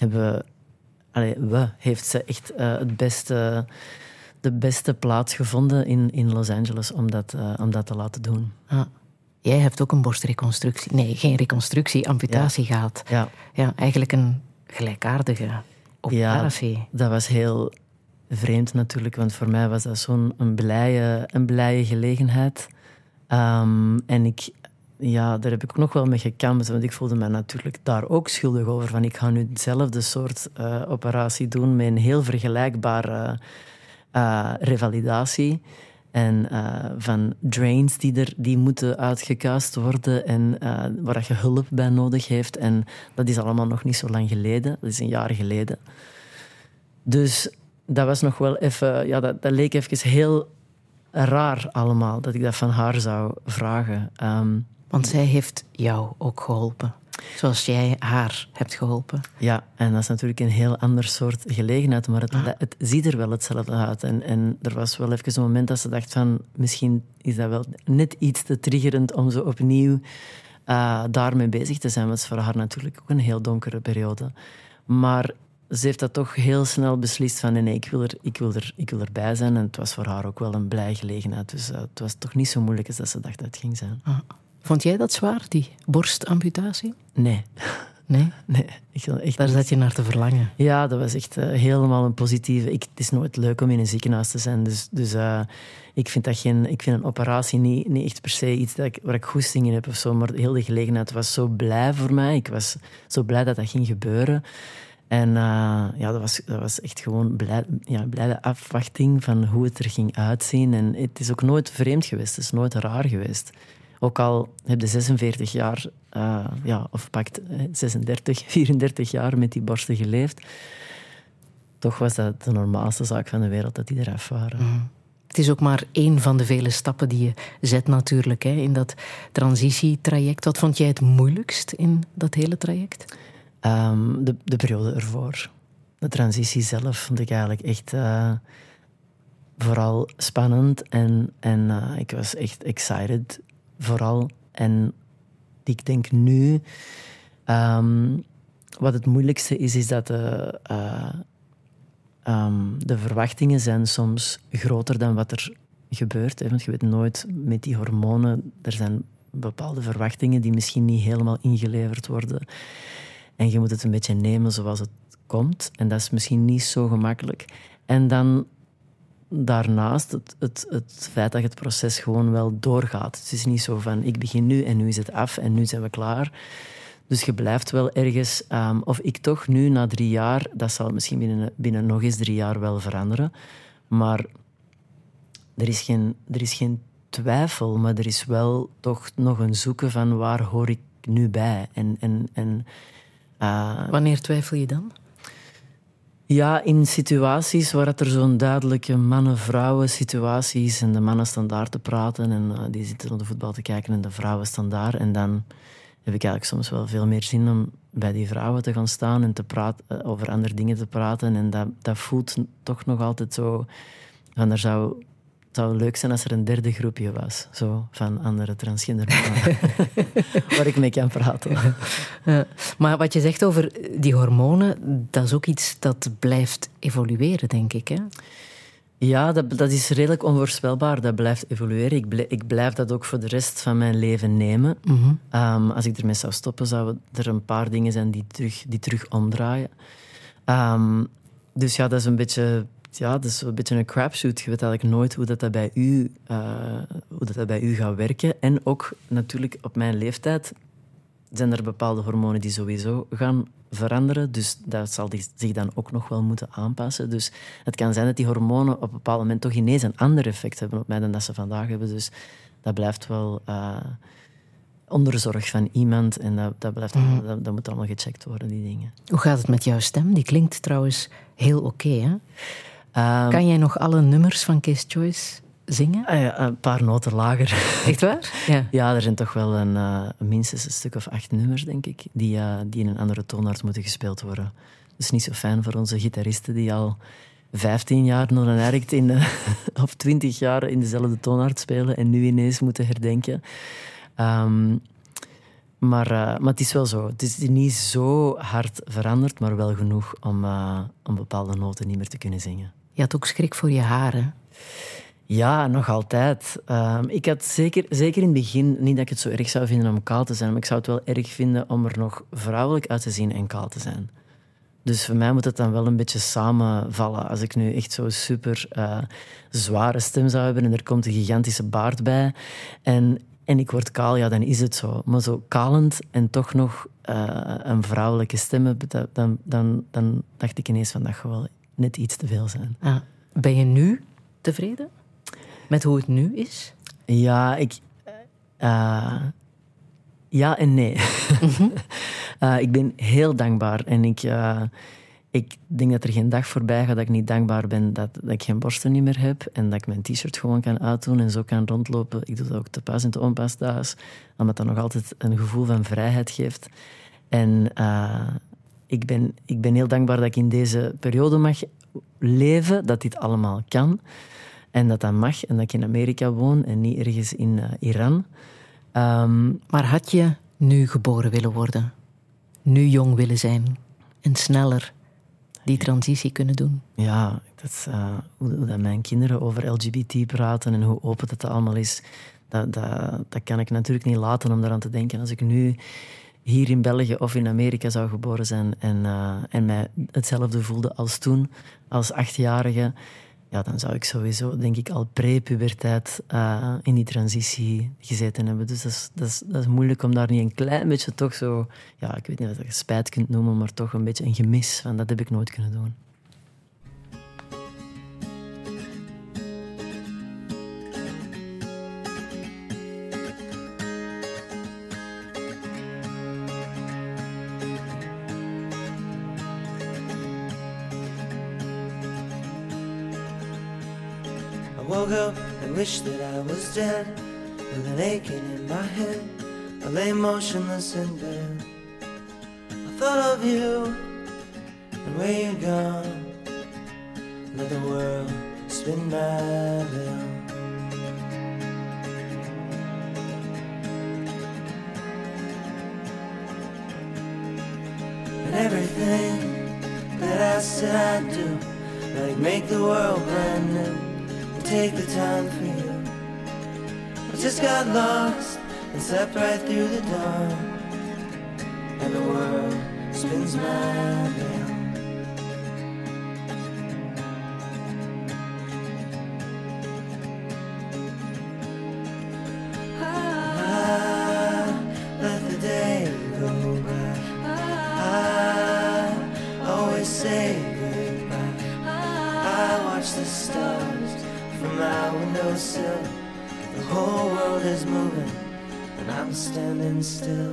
heeft ze echt de beste plaats gevonden in Los Angeles om dat te laten doen. Ah. Jij hebt ook een borstreconstructie... Nee, geen reconstructie, amputatie gehad. Ja, eigenlijk een gelijkaardige operatie. Ja, dat was heel vreemd natuurlijk, want voor mij was dat zo'n een blije gelegenheid. En daar heb ik ook nog wel mee gekampt, want ik voelde mij natuurlijk daar ook schuldig over. Van ik ga nu hetzelfde soort operatie doen met een heel vergelijkbare revalidatie. En van drains die moeten uitgekuist worden en waar je hulp bij nodig heeft. En dat is allemaal nog niet zo lang geleden. Dat is een jaar geleden. Dus dat was nog wel even... dat leek even heel raar allemaal, dat ik dat van haar zou vragen. Want zij heeft jou ook geholpen. Zoals jij haar hebt geholpen. Ja, en dat is natuurlijk een heel ander soort gelegenheid. Maar het ziet er wel hetzelfde uit. En er was wel even een moment dat ze dacht van... Misschien is dat wel net iets te triggerend om zo opnieuw daarmee bezig te zijn. Dat is voor haar natuurlijk ook een heel donkere periode. Maar ze heeft dat toch heel snel beslist van... Nee, ik wil erbij zijn. En het was voor haar ook wel een blij gelegenheid. Dus het was toch niet zo moeilijk als dat ze dacht dat het ging zijn. Vond jij dat zwaar, die borstamputatie? Nee. Nee? Nee. Daar zat je naar te verlangen. Ja, dat was echt helemaal een positieve... Het is nooit leuk om in een ziekenhuis te zijn. Dus ik vind een operatie niet echt per se iets waar ik goesting in heb of zo. Maar heel de gelegenheid was zo blij voor mij. Ik was zo blij dat ging gebeuren. En dat was echt gewoon blijde afwachting van hoe het er ging uitzien. En het is ook nooit vreemd geweest. Het is nooit raar geweest. Ook al heb je 46 jaar, of pakt 36, 34 jaar met die borsten geleefd, toch was dat de normaalste zaak van de wereld dat die eraf waren. Het is ook maar één van de vele stappen die je zet natuurlijk, in dat transitietraject. Wat vond jij het moeilijkst in dat hele traject? De periode ervoor. De transitie zelf vond ik eigenlijk echt vooral spannend. En ik was echt excited vooral. En ik denk nu... wat het moeilijkste is dat de verwachtingen zijn soms groter dan wat er gebeurt. Hè? Want je weet nooit, met die hormonen... Er zijn bepaalde verwachtingen die misschien niet helemaal ingeleverd worden. En je moet het een beetje nemen zoals het komt. En dat is misschien niet zo gemakkelijk. En dan daarnaast het feit dat het proces gewoon wel doorgaat. Het is niet zo van, ik begin nu en nu is het af en nu zijn we klaar. Dus je blijft wel ergens... of ik toch nu, na 3 jaar... Dat zal misschien binnen nog eens 3 jaar wel veranderen. Maar er is geen twijfel. Maar er is wel toch nog een zoeken van waar hoor ik nu bij. Wanneer twijfel je dan? Ja, in situaties waar er zo'n duidelijke mannen-vrouwen situatie is en de mannen staan daar te praten en die zitten naar de voetbal te kijken en de vrouwen staan daar. En dan heb ik eigenlijk soms wel veel meer zin om bij die vrouwen te gaan staan en te praten, over andere dingen te praten. En dat voelt toch nog altijd zo van het zou leuk zijn als er een derde groepje was. Zo, van andere transgender mannen. Waar ik mee kan praten. Maar wat je zegt over die hormonen, dat is ook iets dat blijft evolueren, denk ik, hè? Ja, dat is redelijk onvoorspelbaar. Dat blijft evolueren. Ik blijf dat ook voor de rest van mijn leven nemen. Als ik ermee zou stoppen, zouden er een paar dingen zijn die terug omdraaien. Dus ja, dat is een beetje... Ja, dat is een beetje een crapshoot. Je weet eigenlijk nooit hoe dat bij u gaat werken. En ook natuurlijk op mijn leeftijd zijn er bepaalde hormonen die sowieso gaan veranderen. Dus dat zal zich dan ook nog wel moeten aanpassen. Dus het kan zijn dat die hormonen op een bepaald moment toch ineens een ander effect hebben op mij dan dat ze vandaag hebben. Dus dat blijft wel onder zorg van iemand. En dat moet allemaal gecheckt worden, die dingen. Hoe gaat het met jouw stem? Die klinkt trouwens heel oké, hè? Kan jij nog alle nummers van Case Choice zingen? Een paar noten lager. Echt waar? Ja. Ja, er zijn toch wel minstens een stuk of 8 nummers, denk ik, die in een andere toonaard moeten gespeeld worden. Dus niet zo fijn voor onze gitaristen die al 15 jaar non-erkt of 20 jaar in dezelfde toonaard spelen en nu ineens moeten herdenken. Maar het is wel zo. Het is niet zo hard veranderd, maar wel genoeg om bepaalde noten niet meer te kunnen zingen. Je had ook schrik voor je haren. Ja, nog altijd. Ik had zeker in het begin, niet dat ik het zo erg zou vinden om kaal te zijn, maar ik zou het wel erg vinden om er nog vrouwelijk uit te zien en kaal te zijn. Dus voor mij moet het dan wel een beetje samenvallen. Als ik nu echt zo'n super zware stem zou hebben en er komt een gigantische baard bij en ik word kaal, ja, dan is het zo. Maar zo kalend en toch nog een vrouwelijke stem hebben, dan dacht ik ineens van dat gaat wel net iets te veel zijn. Ben je nu tevreden met hoe het nu is? Ja, ja en nee. Ik ben heel dankbaar en ik denk dat er geen dag voorbij gaat dat ik niet dankbaar ben dat ik geen borsten niet meer heb en dat ik mijn t-shirt gewoon kan uitdoen en zo kan rondlopen. Ik doe dat ook te pas en te onpas thuis, omdat dat nog altijd een gevoel van vrijheid geeft. En ik ben heel dankbaar dat ik in deze periode mag leven, dat dit allemaal kan en dat mag en dat ik in Amerika woon en niet ergens in Iran. Maar had je nu geboren willen worden? Nu jong willen zijn en sneller die transitie kunnen doen? Ja, dat is, hoe dat mijn kinderen over LGBT praten en hoe open dat allemaal is, dat kan ik natuurlijk niet laten om daaraan te denken. Als ik nu hier in België of in Amerika zou geboren zijn en mij hetzelfde voelde als toen, als 8-jarige, ja, dan zou ik sowieso, denk ik, al pre-puberteit in die transitie gezeten hebben. Dus dat is moeilijk om daar niet een klein beetje toch zo... Ja, ik weet niet of je spijt kunt noemen, maar toch een beetje een gemis van dat heb ik nooit kunnen doen. I woke up and wished that I was dead, with an aching in my head. I lay motionless in bed. I thought of you and where you'd gone. Let the world spin madly on. And everything that I said I'd do, like make the world brand new, take the time for you. I just got lost and slept right through the dawn, and the world spins madly on. I let the day go by. I always say goodbye. I watch the stars from my windowsill. The whole world is moving and I'm standing still.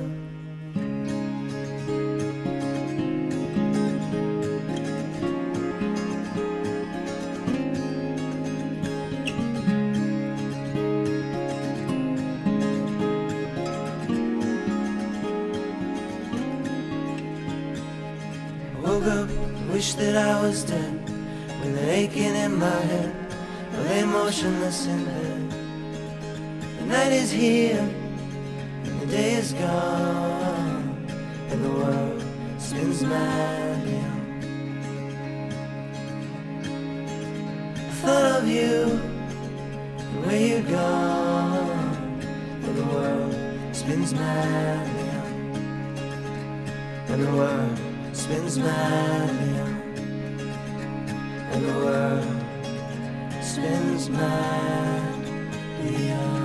I woke up, wished that I was dead, with an aching in my head. I lay motionless in bed. The night is here, and the day is gone, and the world spins madly on. I thought of you and where you're gone, and the world spins madly on, and the world spins madly on, and the world spins madly on.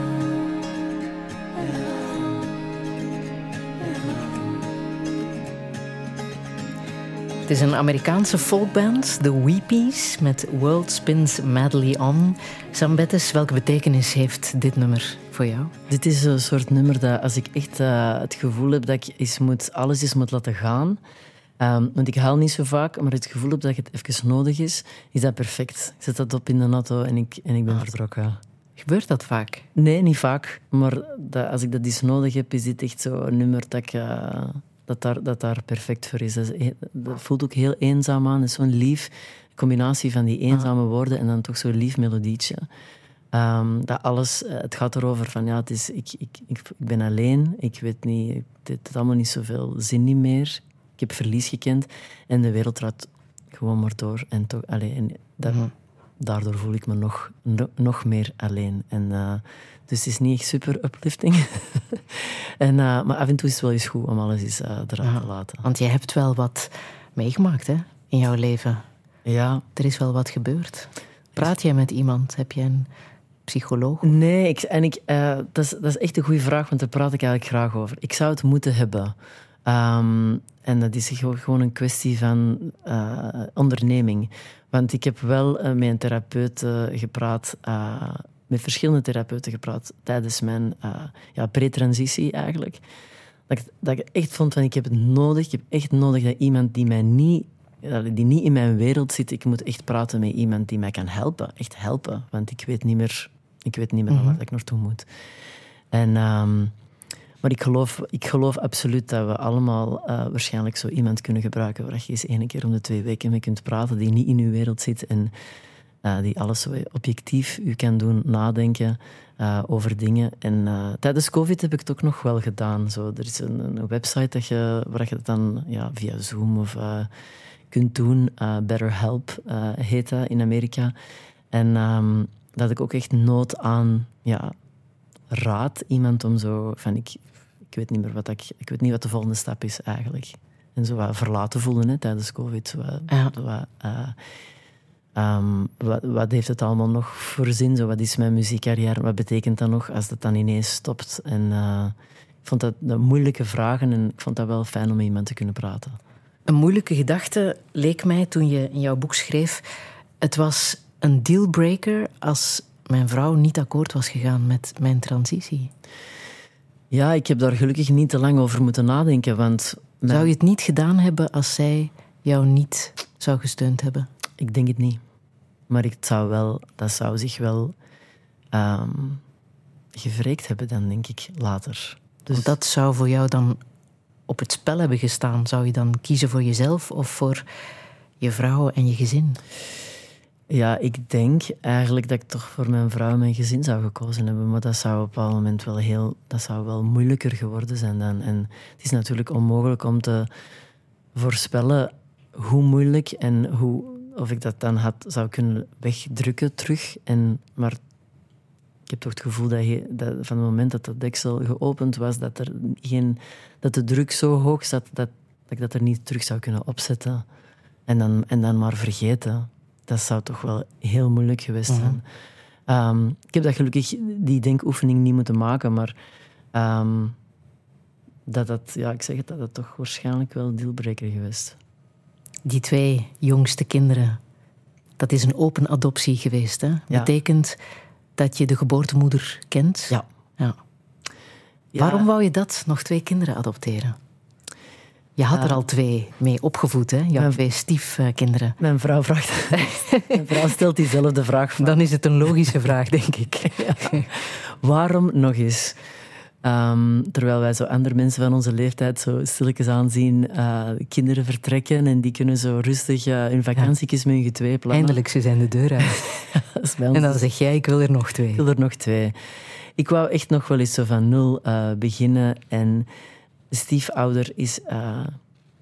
Het is een Amerikaanse folkband, The Weepies, met World Spins Madly On. Sam Bettes, welke betekenis heeft dit nummer voor jou? Dit is een soort nummer dat als ik echt het gevoel heb dat ik alles eens moet laten gaan. Want ik haal niet zo vaak, maar het gevoel heb dat het even nodig is dat perfect. Ik zet dat op in de auto en ik ben vertrokken. Gebeurt dat vaak? Nee, niet vaak. Maar als ik dat eens nodig heb, is dit echt zo'n nummer dat daar perfect voor is. Dat voelt ook heel eenzaam aan. Het is zo'n lief combinatie van die eenzame woorden en dan toch zo'n lief melodietje. Dat alles, het gaat erover van ja, ik ben alleen. Ik weet niet, het heeft allemaal niet zoveel zin niet meer. Ik heb verlies gekend en de wereld gaat gewoon maar door. En toch, daardoor voel ik me nog meer alleen. Dus het is niet echt super uplifting. Maar af en toe is het wel eens goed om alles eens eruit te laten. Want jij hebt wel wat meegemaakt, hè, in jouw leven. Ja. Er is wel wat gebeurd. Praat jij met iemand? Heb je een psycholoog? Nee, dat is echt een goede vraag, want daar praat ik eigenlijk graag over. Ik zou het moeten hebben. En dat is gewoon een kwestie van onderneming. Want ik heb wel met een therapeut gepraat, met verschillende therapeuten gepraat tijdens mijn pre-transitie eigenlijk. Dat ik echt vond van ik heb echt nodig dat iemand die niet in mijn wereld zit, ik moet echt praten met iemand die mij kan helpen. Echt helpen, want ik weet niet meer waar ik naartoe moet. Maar ik geloof absoluut dat we allemaal waarschijnlijk zo iemand kunnen gebruiken waar je eens 1 keer om de 2 weken mee kunt praten, die niet in uw wereld zit en die alles zo objectief u kan doen nadenken over dingen. En tijdens COVID heb ik het ook nog wel gedaan. Zo, er is een website waar je het dan via Zoom of kunt doen. BetterHelp heet dat in Amerika. En dat had ik ook echt nood aan raad. Iemand om zo van ik weet niet meer ik weet niet wat de volgende stap is eigenlijk. En zo wat verlaten voelen tijdens COVID. Wat heeft het allemaal nog voor zin? Zo, wat is mijn muziekcarrière? Wat betekent dat nog als dat dan ineens stopt? En ik vond dat moeilijke vragen en ik vond dat wel fijn om met iemand te kunnen praten. Een moeilijke gedachte leek mij toen je in jouw boek schreef. Het was een dealbreaker als mijn vrouw niet akkoord was gegaan met mijn transitie. Ja, ik heb daar gelukkig niet te lang over moeten nadenken. Want zou je het niet gedaan hebben als zij jou niet zou gesteund hebben? Ik denk het niet. Maar dat zou zich wel gewreekt hebben dan, denk ik, later. Dus want dat zou voor jou dan op het spel hebben gestaan. Zou je dan kiezen voor jezelf of voor je vrouw en je gezin? Ja, ik denk eigenlijk dat ik toch voor mijn vrouw en mijn gezin zou gekozen hebben. Maar dat zou op een bepaald moment wel moeilijker geworden zijn dan. En het is natuurlijk onmogelijk om te voorspellen hoe moeilijk en of ik dat dan zou kunnen wegdrukken terug. Maar ik heb toch het gevoel dat van het moment dat deksel geopend was, dat de druk zo hoog zat dat ik dat er niet terug zou kunnen opzetten. En dan maar vergeten. Dat zou toch wel heel moeilijk geweest zijn. Ik heb dat gelukkig die denkoefening niet moeten maken, maar ik zeg het, dat het toch waarschijnlijk wel een dealbreaker geweest. Die 2 jongste kinderen, dat is een open adoptie geweest, hè? Ja. Betekent dat je de geboortemoeder kent? Ja. Waarom wou je dat, nog 2 kinderen adopteren? Je had er al 2 mee opgevoed, hè? Jouw 2 stiefkinderen. Mijn vrouw stelt diezelfde vraag. Dan is het een logische vraag, denk ik. Ja. Waarom nog eens? Terwijl wij zo andere mensen van onze leeftijd zo stilletjes aanzien kinderen vertrekken en die kunnen zo rustig hun vakantietjes met hun getwee plannen. Eindelijk, ze zijn de deur uit. En dan zeg jij, ik wil er nog 2. Ik wil er nog 2. Ik wou echt nog wel eens zo van 0 beginnen en de stiefouder is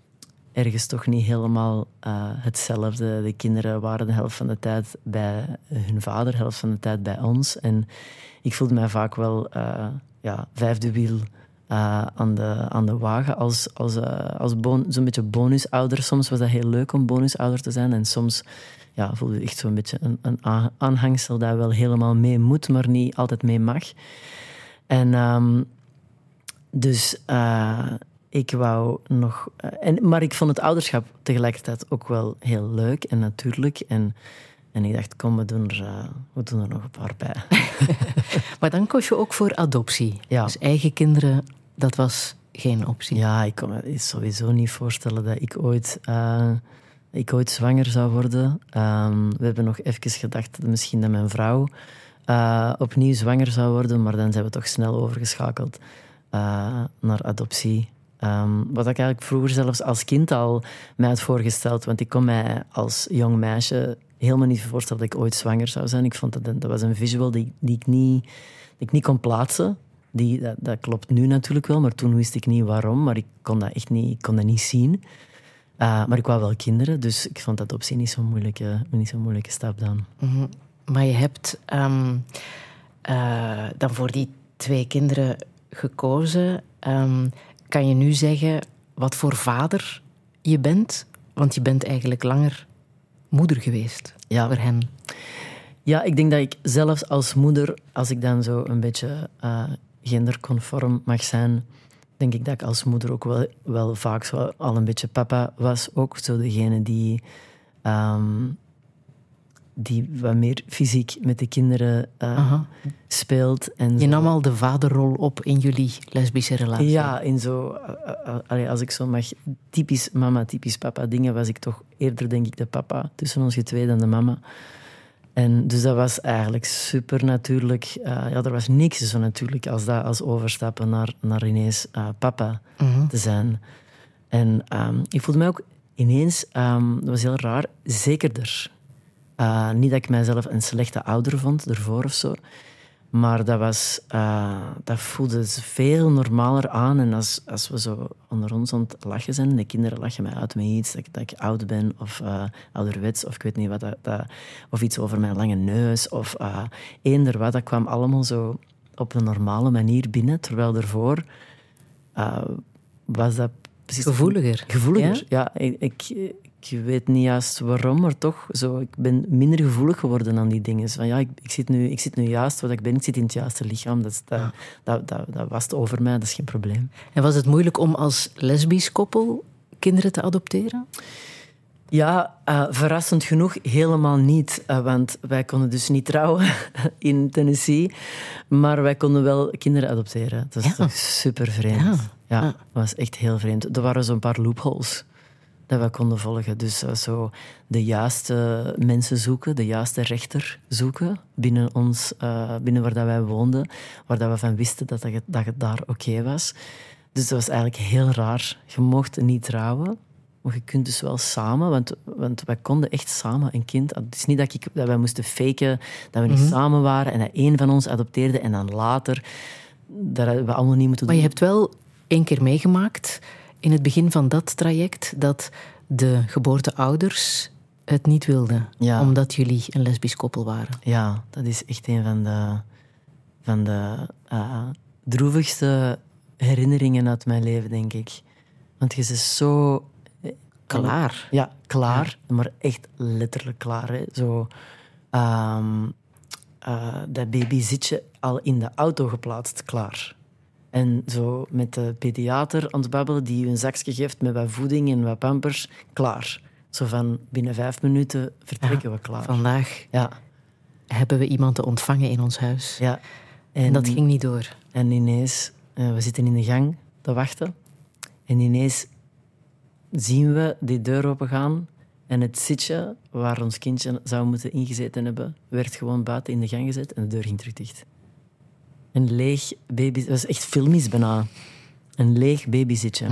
ergens toch niet helemaal hetzelfde. De kinderen waren de helft van de tijd bij hun vader, de helft van de tijd bij ons. En ik voelde mij vaak wel vijfde wiel aan de wagen als zo'n beetje bonusouder. Soms was dat heel leuk om bonusouder te zijn. En soms voelde ik echt zo'n beetje een aanhangsel dat wel helemaal mee moet, maar niet altijd mee mag. En dus ik wou nog... maar ik vond het ouderschap tegelijkertijd ook wel heel leuk en natuurlijk. En ik dacht, kom, we doen er nog een paar bij. Maar dan koos je ook voor adoptie. Ja. Dus eigen kinderen, dat was geen optie. Ja, ik kan me sowieso niet voorstellen dat ik ooit zwanger zou worden. We hebben nog even gedacht misschien dat mijn vrouw opnieuw zwanger zou worden, maar dan zijn we toch snel overgeschakeld naar adoptie. Wat ik eigenlijk vroeger zelfs als kind al mij had voorgesteld, want ik kon mij als jong meisje helemaal niet voorstellen dat ik ooit zwanger zou zijn. Ik vond dat was een visual die ik niet kon plaatsen. Dat klopt nu natuurlijk wel, maar toen wist ik niet waarom. Maar ik kon dat echt niet zien. Maar ik wou wel kinderen, dus ik vond adoptie niet zo'n moeilijke stap dan. Mm-hmm. Maar je hebt dan voor die 2 kinderen gekozen. Kan je nu zeggen wat voor vader je bent? Want je bent eigenlijk langer moeder geweest voor hen. Ja, ik denk dat ik zelfs als moeder, als ik dan zo een beetje genderconform mag zijn, denk ik dat ik als moeder ook wel vaak zo al een beetje papa was. Ook zo degene die wat meer fysiek met de kinderen speelt. En je nam al de vaderrol op in jullie lesbische relatie. Ja, in zo... als ik zo mag typisch mama, typisch papa dingen, was ik toch eerder, denk ik, de papa tussen ons 2 dan de mama. En dus dat was eigenlijk super natuurlijk. Er was niks zo natuurlijk als dat, als overstappen naar ineens papa te zijn. En ik voelde mij ook ineens, dat was heel raar, zekerder. Niet dat ik mijzelf een slechte ouder vond ervoor of zo, maar dat voelde veel normaler aan. En als we zo onder ons aan het lachen zijn, de kinderen lachen mij uit met iets, dat ik oud ben of ouderwets, of ik weet niet wat, of iets over mijn lange neus, of eender wat, dat kwam allemaal zo op een normale manier binnen, terwijl ervoor was dat precies... Gevoeliger? Ja, ik weet niet juist waarom, maar toch, ik ben minder gevoelig geworden aan die dingen. Van, ik zit nu juist wat ik ben, ik zit in het juiste lichaam. Dat wast over mij, dat is geen probleem. En was het moeilijk om als lesbisch koppel kinderen te adopteren? Ja, verrassend genoeg helemaal niet. Want wij konden dus niet trouwen in Tennessee, maar wij konden wel kinderen adopteren. Dat is toch super vreemd. Ja, dat was echt heel vreemd. Er waren zo'n paar loopholes dat we konden volgen. Dus zo de juiste mensen zoeken, de juiste rechter zoeken binnen waar dat wij woonden, waar dat we van wisten dat het daar oké was. Dus dat was eigenlijk heel raar. Je mocht niet trouwen, maar je kunt dus wel samen, want wij konden echt samen een kind... Het is niet dat wij moesten faken dat we niet samen waren en dat één van ons adopteerde en dan later... Dat hebben we allemaal niet moeten doen. Maar je hebt wel 1 keer meegemaakt in het begin van dat traject dat de geboorteouders het niet wilden, omdat jullie een lesbisch koppel waren. Ja, dat is echt een van de droevigste herinneringen uit mijn leven, denk ik. Want je is zo... Klaar. Ja, klaar, maar echt letterlijk klaar. Hè. Zo, dat baby zit je al in de auto geplaatst, klaar. En zo met de pediater aan het babbelen, die je een zakje geeft met wat voeding en wat pampers, klaar. Zo van binnen 5 minuten vertrekken we klaar. Vandaag hebben we iemand te ontvangen in ons huis. Ja. En dat ging niet door. En ineens, we zitten in de gang te wachten. En ineens zien we die deur opengaan. En het zitje waar ons kindje zou moeten ingezeten hebben, werd gewoon buiten in de gang gezet en de deur ging terug dicht. Een leeg baby... Dat was echt filmisch bijna. Een leeg babyzitje.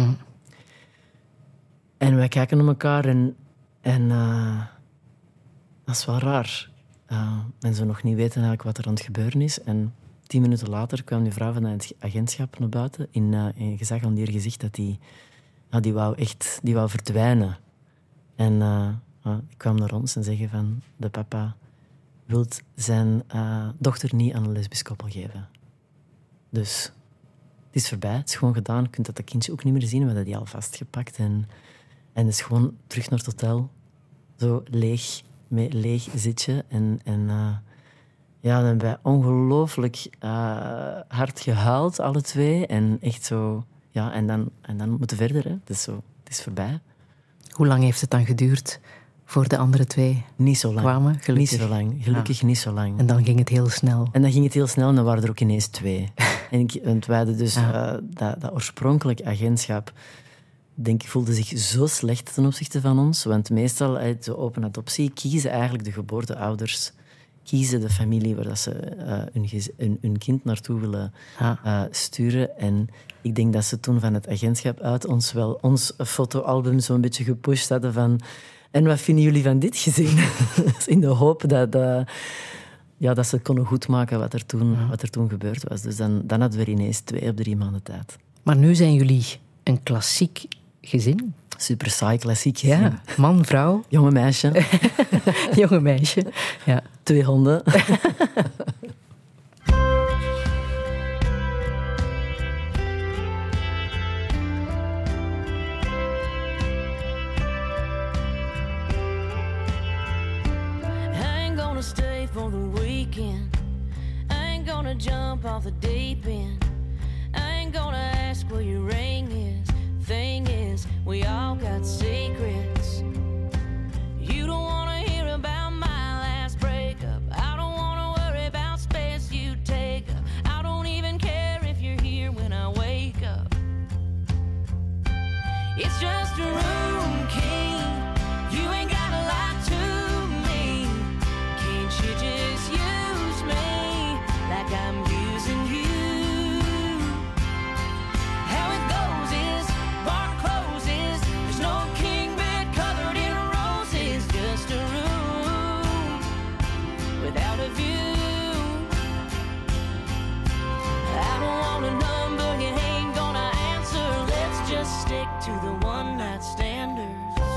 En wij kijken naar elkaar en dat is wel raar. En ze nog niet weten eigenlijk wat er aan het gebeuren is. En 10 minuten later kwam die vrouw van het agentschap naar buiten. En je zag aan die gezicht dat die wou verdwijnen. En ik kwam naar ons en zeggen van... De papa wil zijn dochter niet aan een lesbisch koppel geven. Dus het is voorbij, het is gewoon gedaan. Je kunt dat kindje ook niet meer zien. We hadden die al vastgepakt. En het is gewoon terug naar het hotel. Zo leeg, met leeg zitje. En dan hebben wij ongelooflijk hard gehuild, alle twee. En echt zo... Ja, en dan moeten we verder. Hè. Dus zo, het is voorbij. Hoe lang heeft het dan geduurd voor de andere twee niet zo lang. kwamen? Gelukkig. Niet zo lang. Gelukkig niet zo lang. En dan ging het heel snel. En dan waren er ook ineens 2. Want wij hadden dus dat oorspronkelijk agentschap... Denk ik, voelde zich zo slecht ten opzichte van ons. Want meestal, uit de open adoptie, kiezen eigenlijk de geboorteouders... kiezen de familie waar dat ze hun kind naartoe willen sturen. En ik denk dat ze toen van het agentschap uit ons fotoalbum zo'n beetje gepusht hadden van... En wat vinden jullie van dit gezin? In de hoop dat ze konden goedmaken wat er toen gebeurd was. Dus dan hadden we er ineens 2 op 3 maanden tijd. Maar nu zijn jullie een klassiek gezin. Super saai, klassiek gezin. Ja, man, vrouw. Jonge meisje. Jonge meisje, ja. 2 honden. Stay for the weekend. I ain't gonna jump off the deep end. I ain't gonna ask where your ring is. Thing is, we all got secrets. You don't wanna hear about my last breakup. I don't wanna worry about space you take up. I don't even care if you're here when I wake up. It's just a room key. You ain't gotta lie to me. Can't you just use me like I'm using you? How it goes is bar closes. There's no king bed covered in roses. Just a room without a view. I don't want a number you ain't gonna answer. Let's just stick to the one night standards.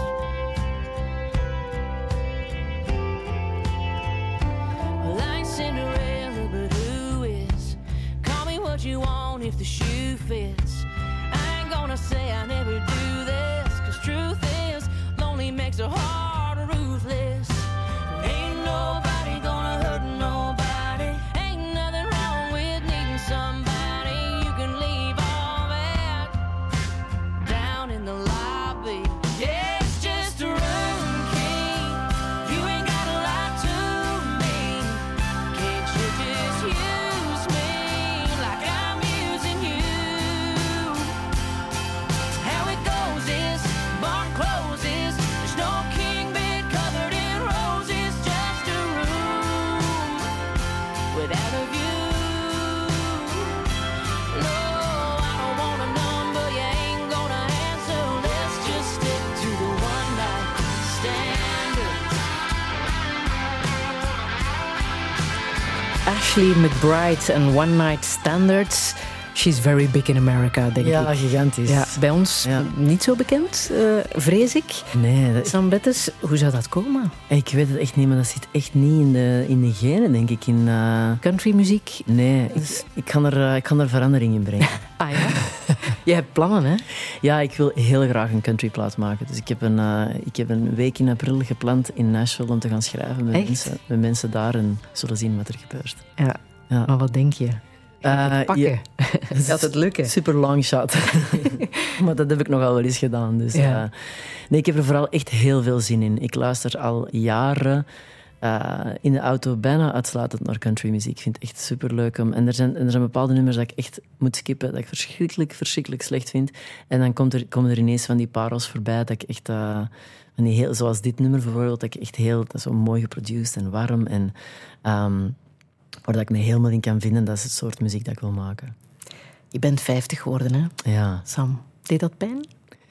Like Cinderella, but who is? Call me what you want if the shoe fits. I ain't gonna say I never do this, 'cause truth is, lonely makes a heart ruthless. Ain't nobody gonna hurt nobody. Ain't nothing wrong with needing somebody. You can leave all that down in the lobby. Yeah, it's just a room key. You ain't gotta lie to me. Can't you just use me like I'm using you? How it goes is bar closes. There's no king bed covered in roses. Just a room without a view. No, I don't want a number you ain't gonna answer. Let's just stick to the one night standards. Ashley McBride en One Night Standards. She's very big in America, denk ik. Ja, gigantisch. Ja, bij ons niet zo bekend, vrees ik. Nee, dat Sam Bettes, hoe zou dat komen? ik weet het echt niet, maar dat zit echt niet in de genen, denk ik. Countrymuziek? Nee, ik kan er verandering in brengen. Ah ja? Je hebt plannen, hè? Ja, ik wil heel graag een countryplaat maken. Dus ik heb een week in april gepland in Nashville om te gaan schrijven met mensen daar en zullen zien wat er gebeurt. Ja. Ja. Maar wat denk je? Pakken. Gaat het lukken? Super long shot. Maar dat heb ik nogal wel eens gedaan. Dus, Ja. nee, ik heb er vooral echt heel veel zin in. Ik luister al jaren in de auto bijna uitsluitend naar countrymuziek. Ik vind het echt superleuk. En er zijn bepaalde nummers dat ik echt moet skippen, dat ik verschrikkelijk slecht vind. En dan komen er ineens van die parels voorbij dat ik echt... zoals dit nummer bijvoorbeeld, dat ik echt dat is zo mooi geproduced en warm. En waar dat ik me helemaal in kan vinden, dat is het soort muziek dat ik wil maken. Je bent 50 geworden, hè? Ja. Sam, deed dat pijn?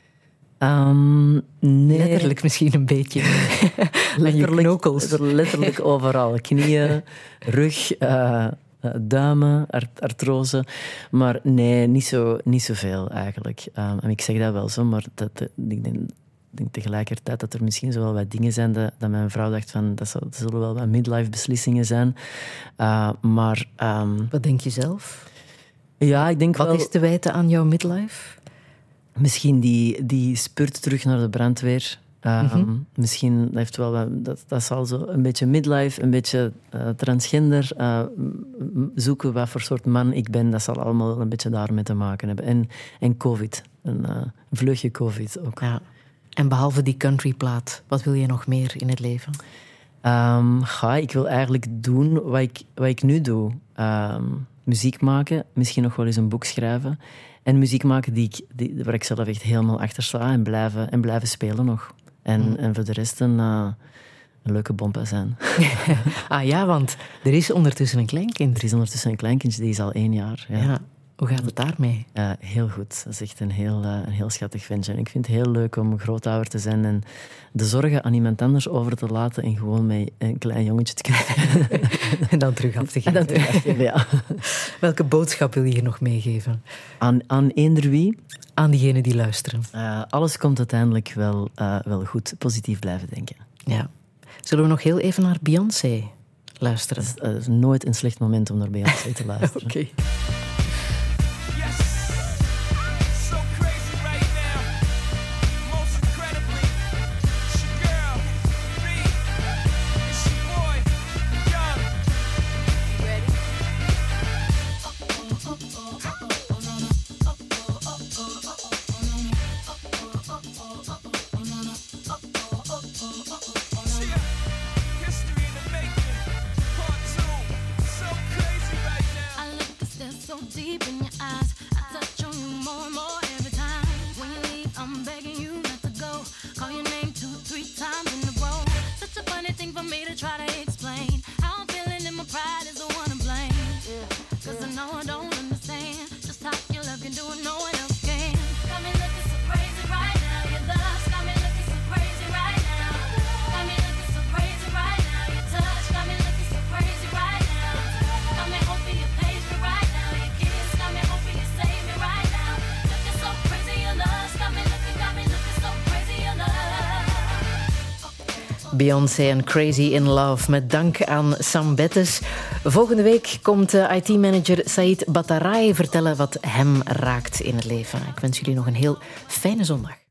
Nee. Letterlijk misschien een beetje. Met je knokels. Letterlijk overal. Knieën, rug, duimen, artrose. Maar nee, niet zoveel eigenlijk. En ik zeg dat wel zo, maar ik denk tegelijkertijd dat er misschien zo wel wat dingen zijn dat mijn vrouw dacht van dat zullen wel wat midlife beslissingen zijn. Maar wat denk je zelf? Ja, ik denk wat wel... is te wijten aan jouw midlife? Misschien die spurt terug naar de brandweer. Misschien heeft wel dat zal zo een beetje midlife, een beetje transgender. Zoeken wat voor soort man ik ben, dat zal allemaal wel een beetje daarmee te maken hebben. En COVID, een vleugje COVID ook. Ja. En behalve die countryplaat, wat wil je nog meer in het leven? Ik wil eigenlijk doen wat ik nu doe. Muziek maken, misschien nog wel eens een boek schrijven. En muziek maken waar ik zelf echt helemaal achter sta en blijven spelen nog. En voor de rest een leuke bompa zijn. Ja, want er is ondertussen een kleinkind. Er is ondertussen een kleinkindje, die is al 1 jaar. Ja. Hoe gaat het daarmee? Heel goed. Dat is echt een heel schattig ventje. Ik vind het heel leuk om grootouder te zijn en de zorgen aan iemand anders over te laten en gewoon met een klein jongetje te krijgen. En dan terug af te geven. Ja. Welke boodschap wil je hier nog meegeven? Aan eender wie? Aan diegenen die luisteren. Alles komt uiteindelijk wel goed. Positief blijven denken. Ja. Zullen we nog heel even naar Beyoncé luisteren? Het is nooit een slecht moment om naar Beyoncé te luisteren. Oké. Beyoncé en Crazy in Love. Met dank aan Sam Bettes. Volgende week komt IT-manager Said Batarai vertellen wat hem raakt in het leven. Ik wens jullie nog een heel fijne zondag.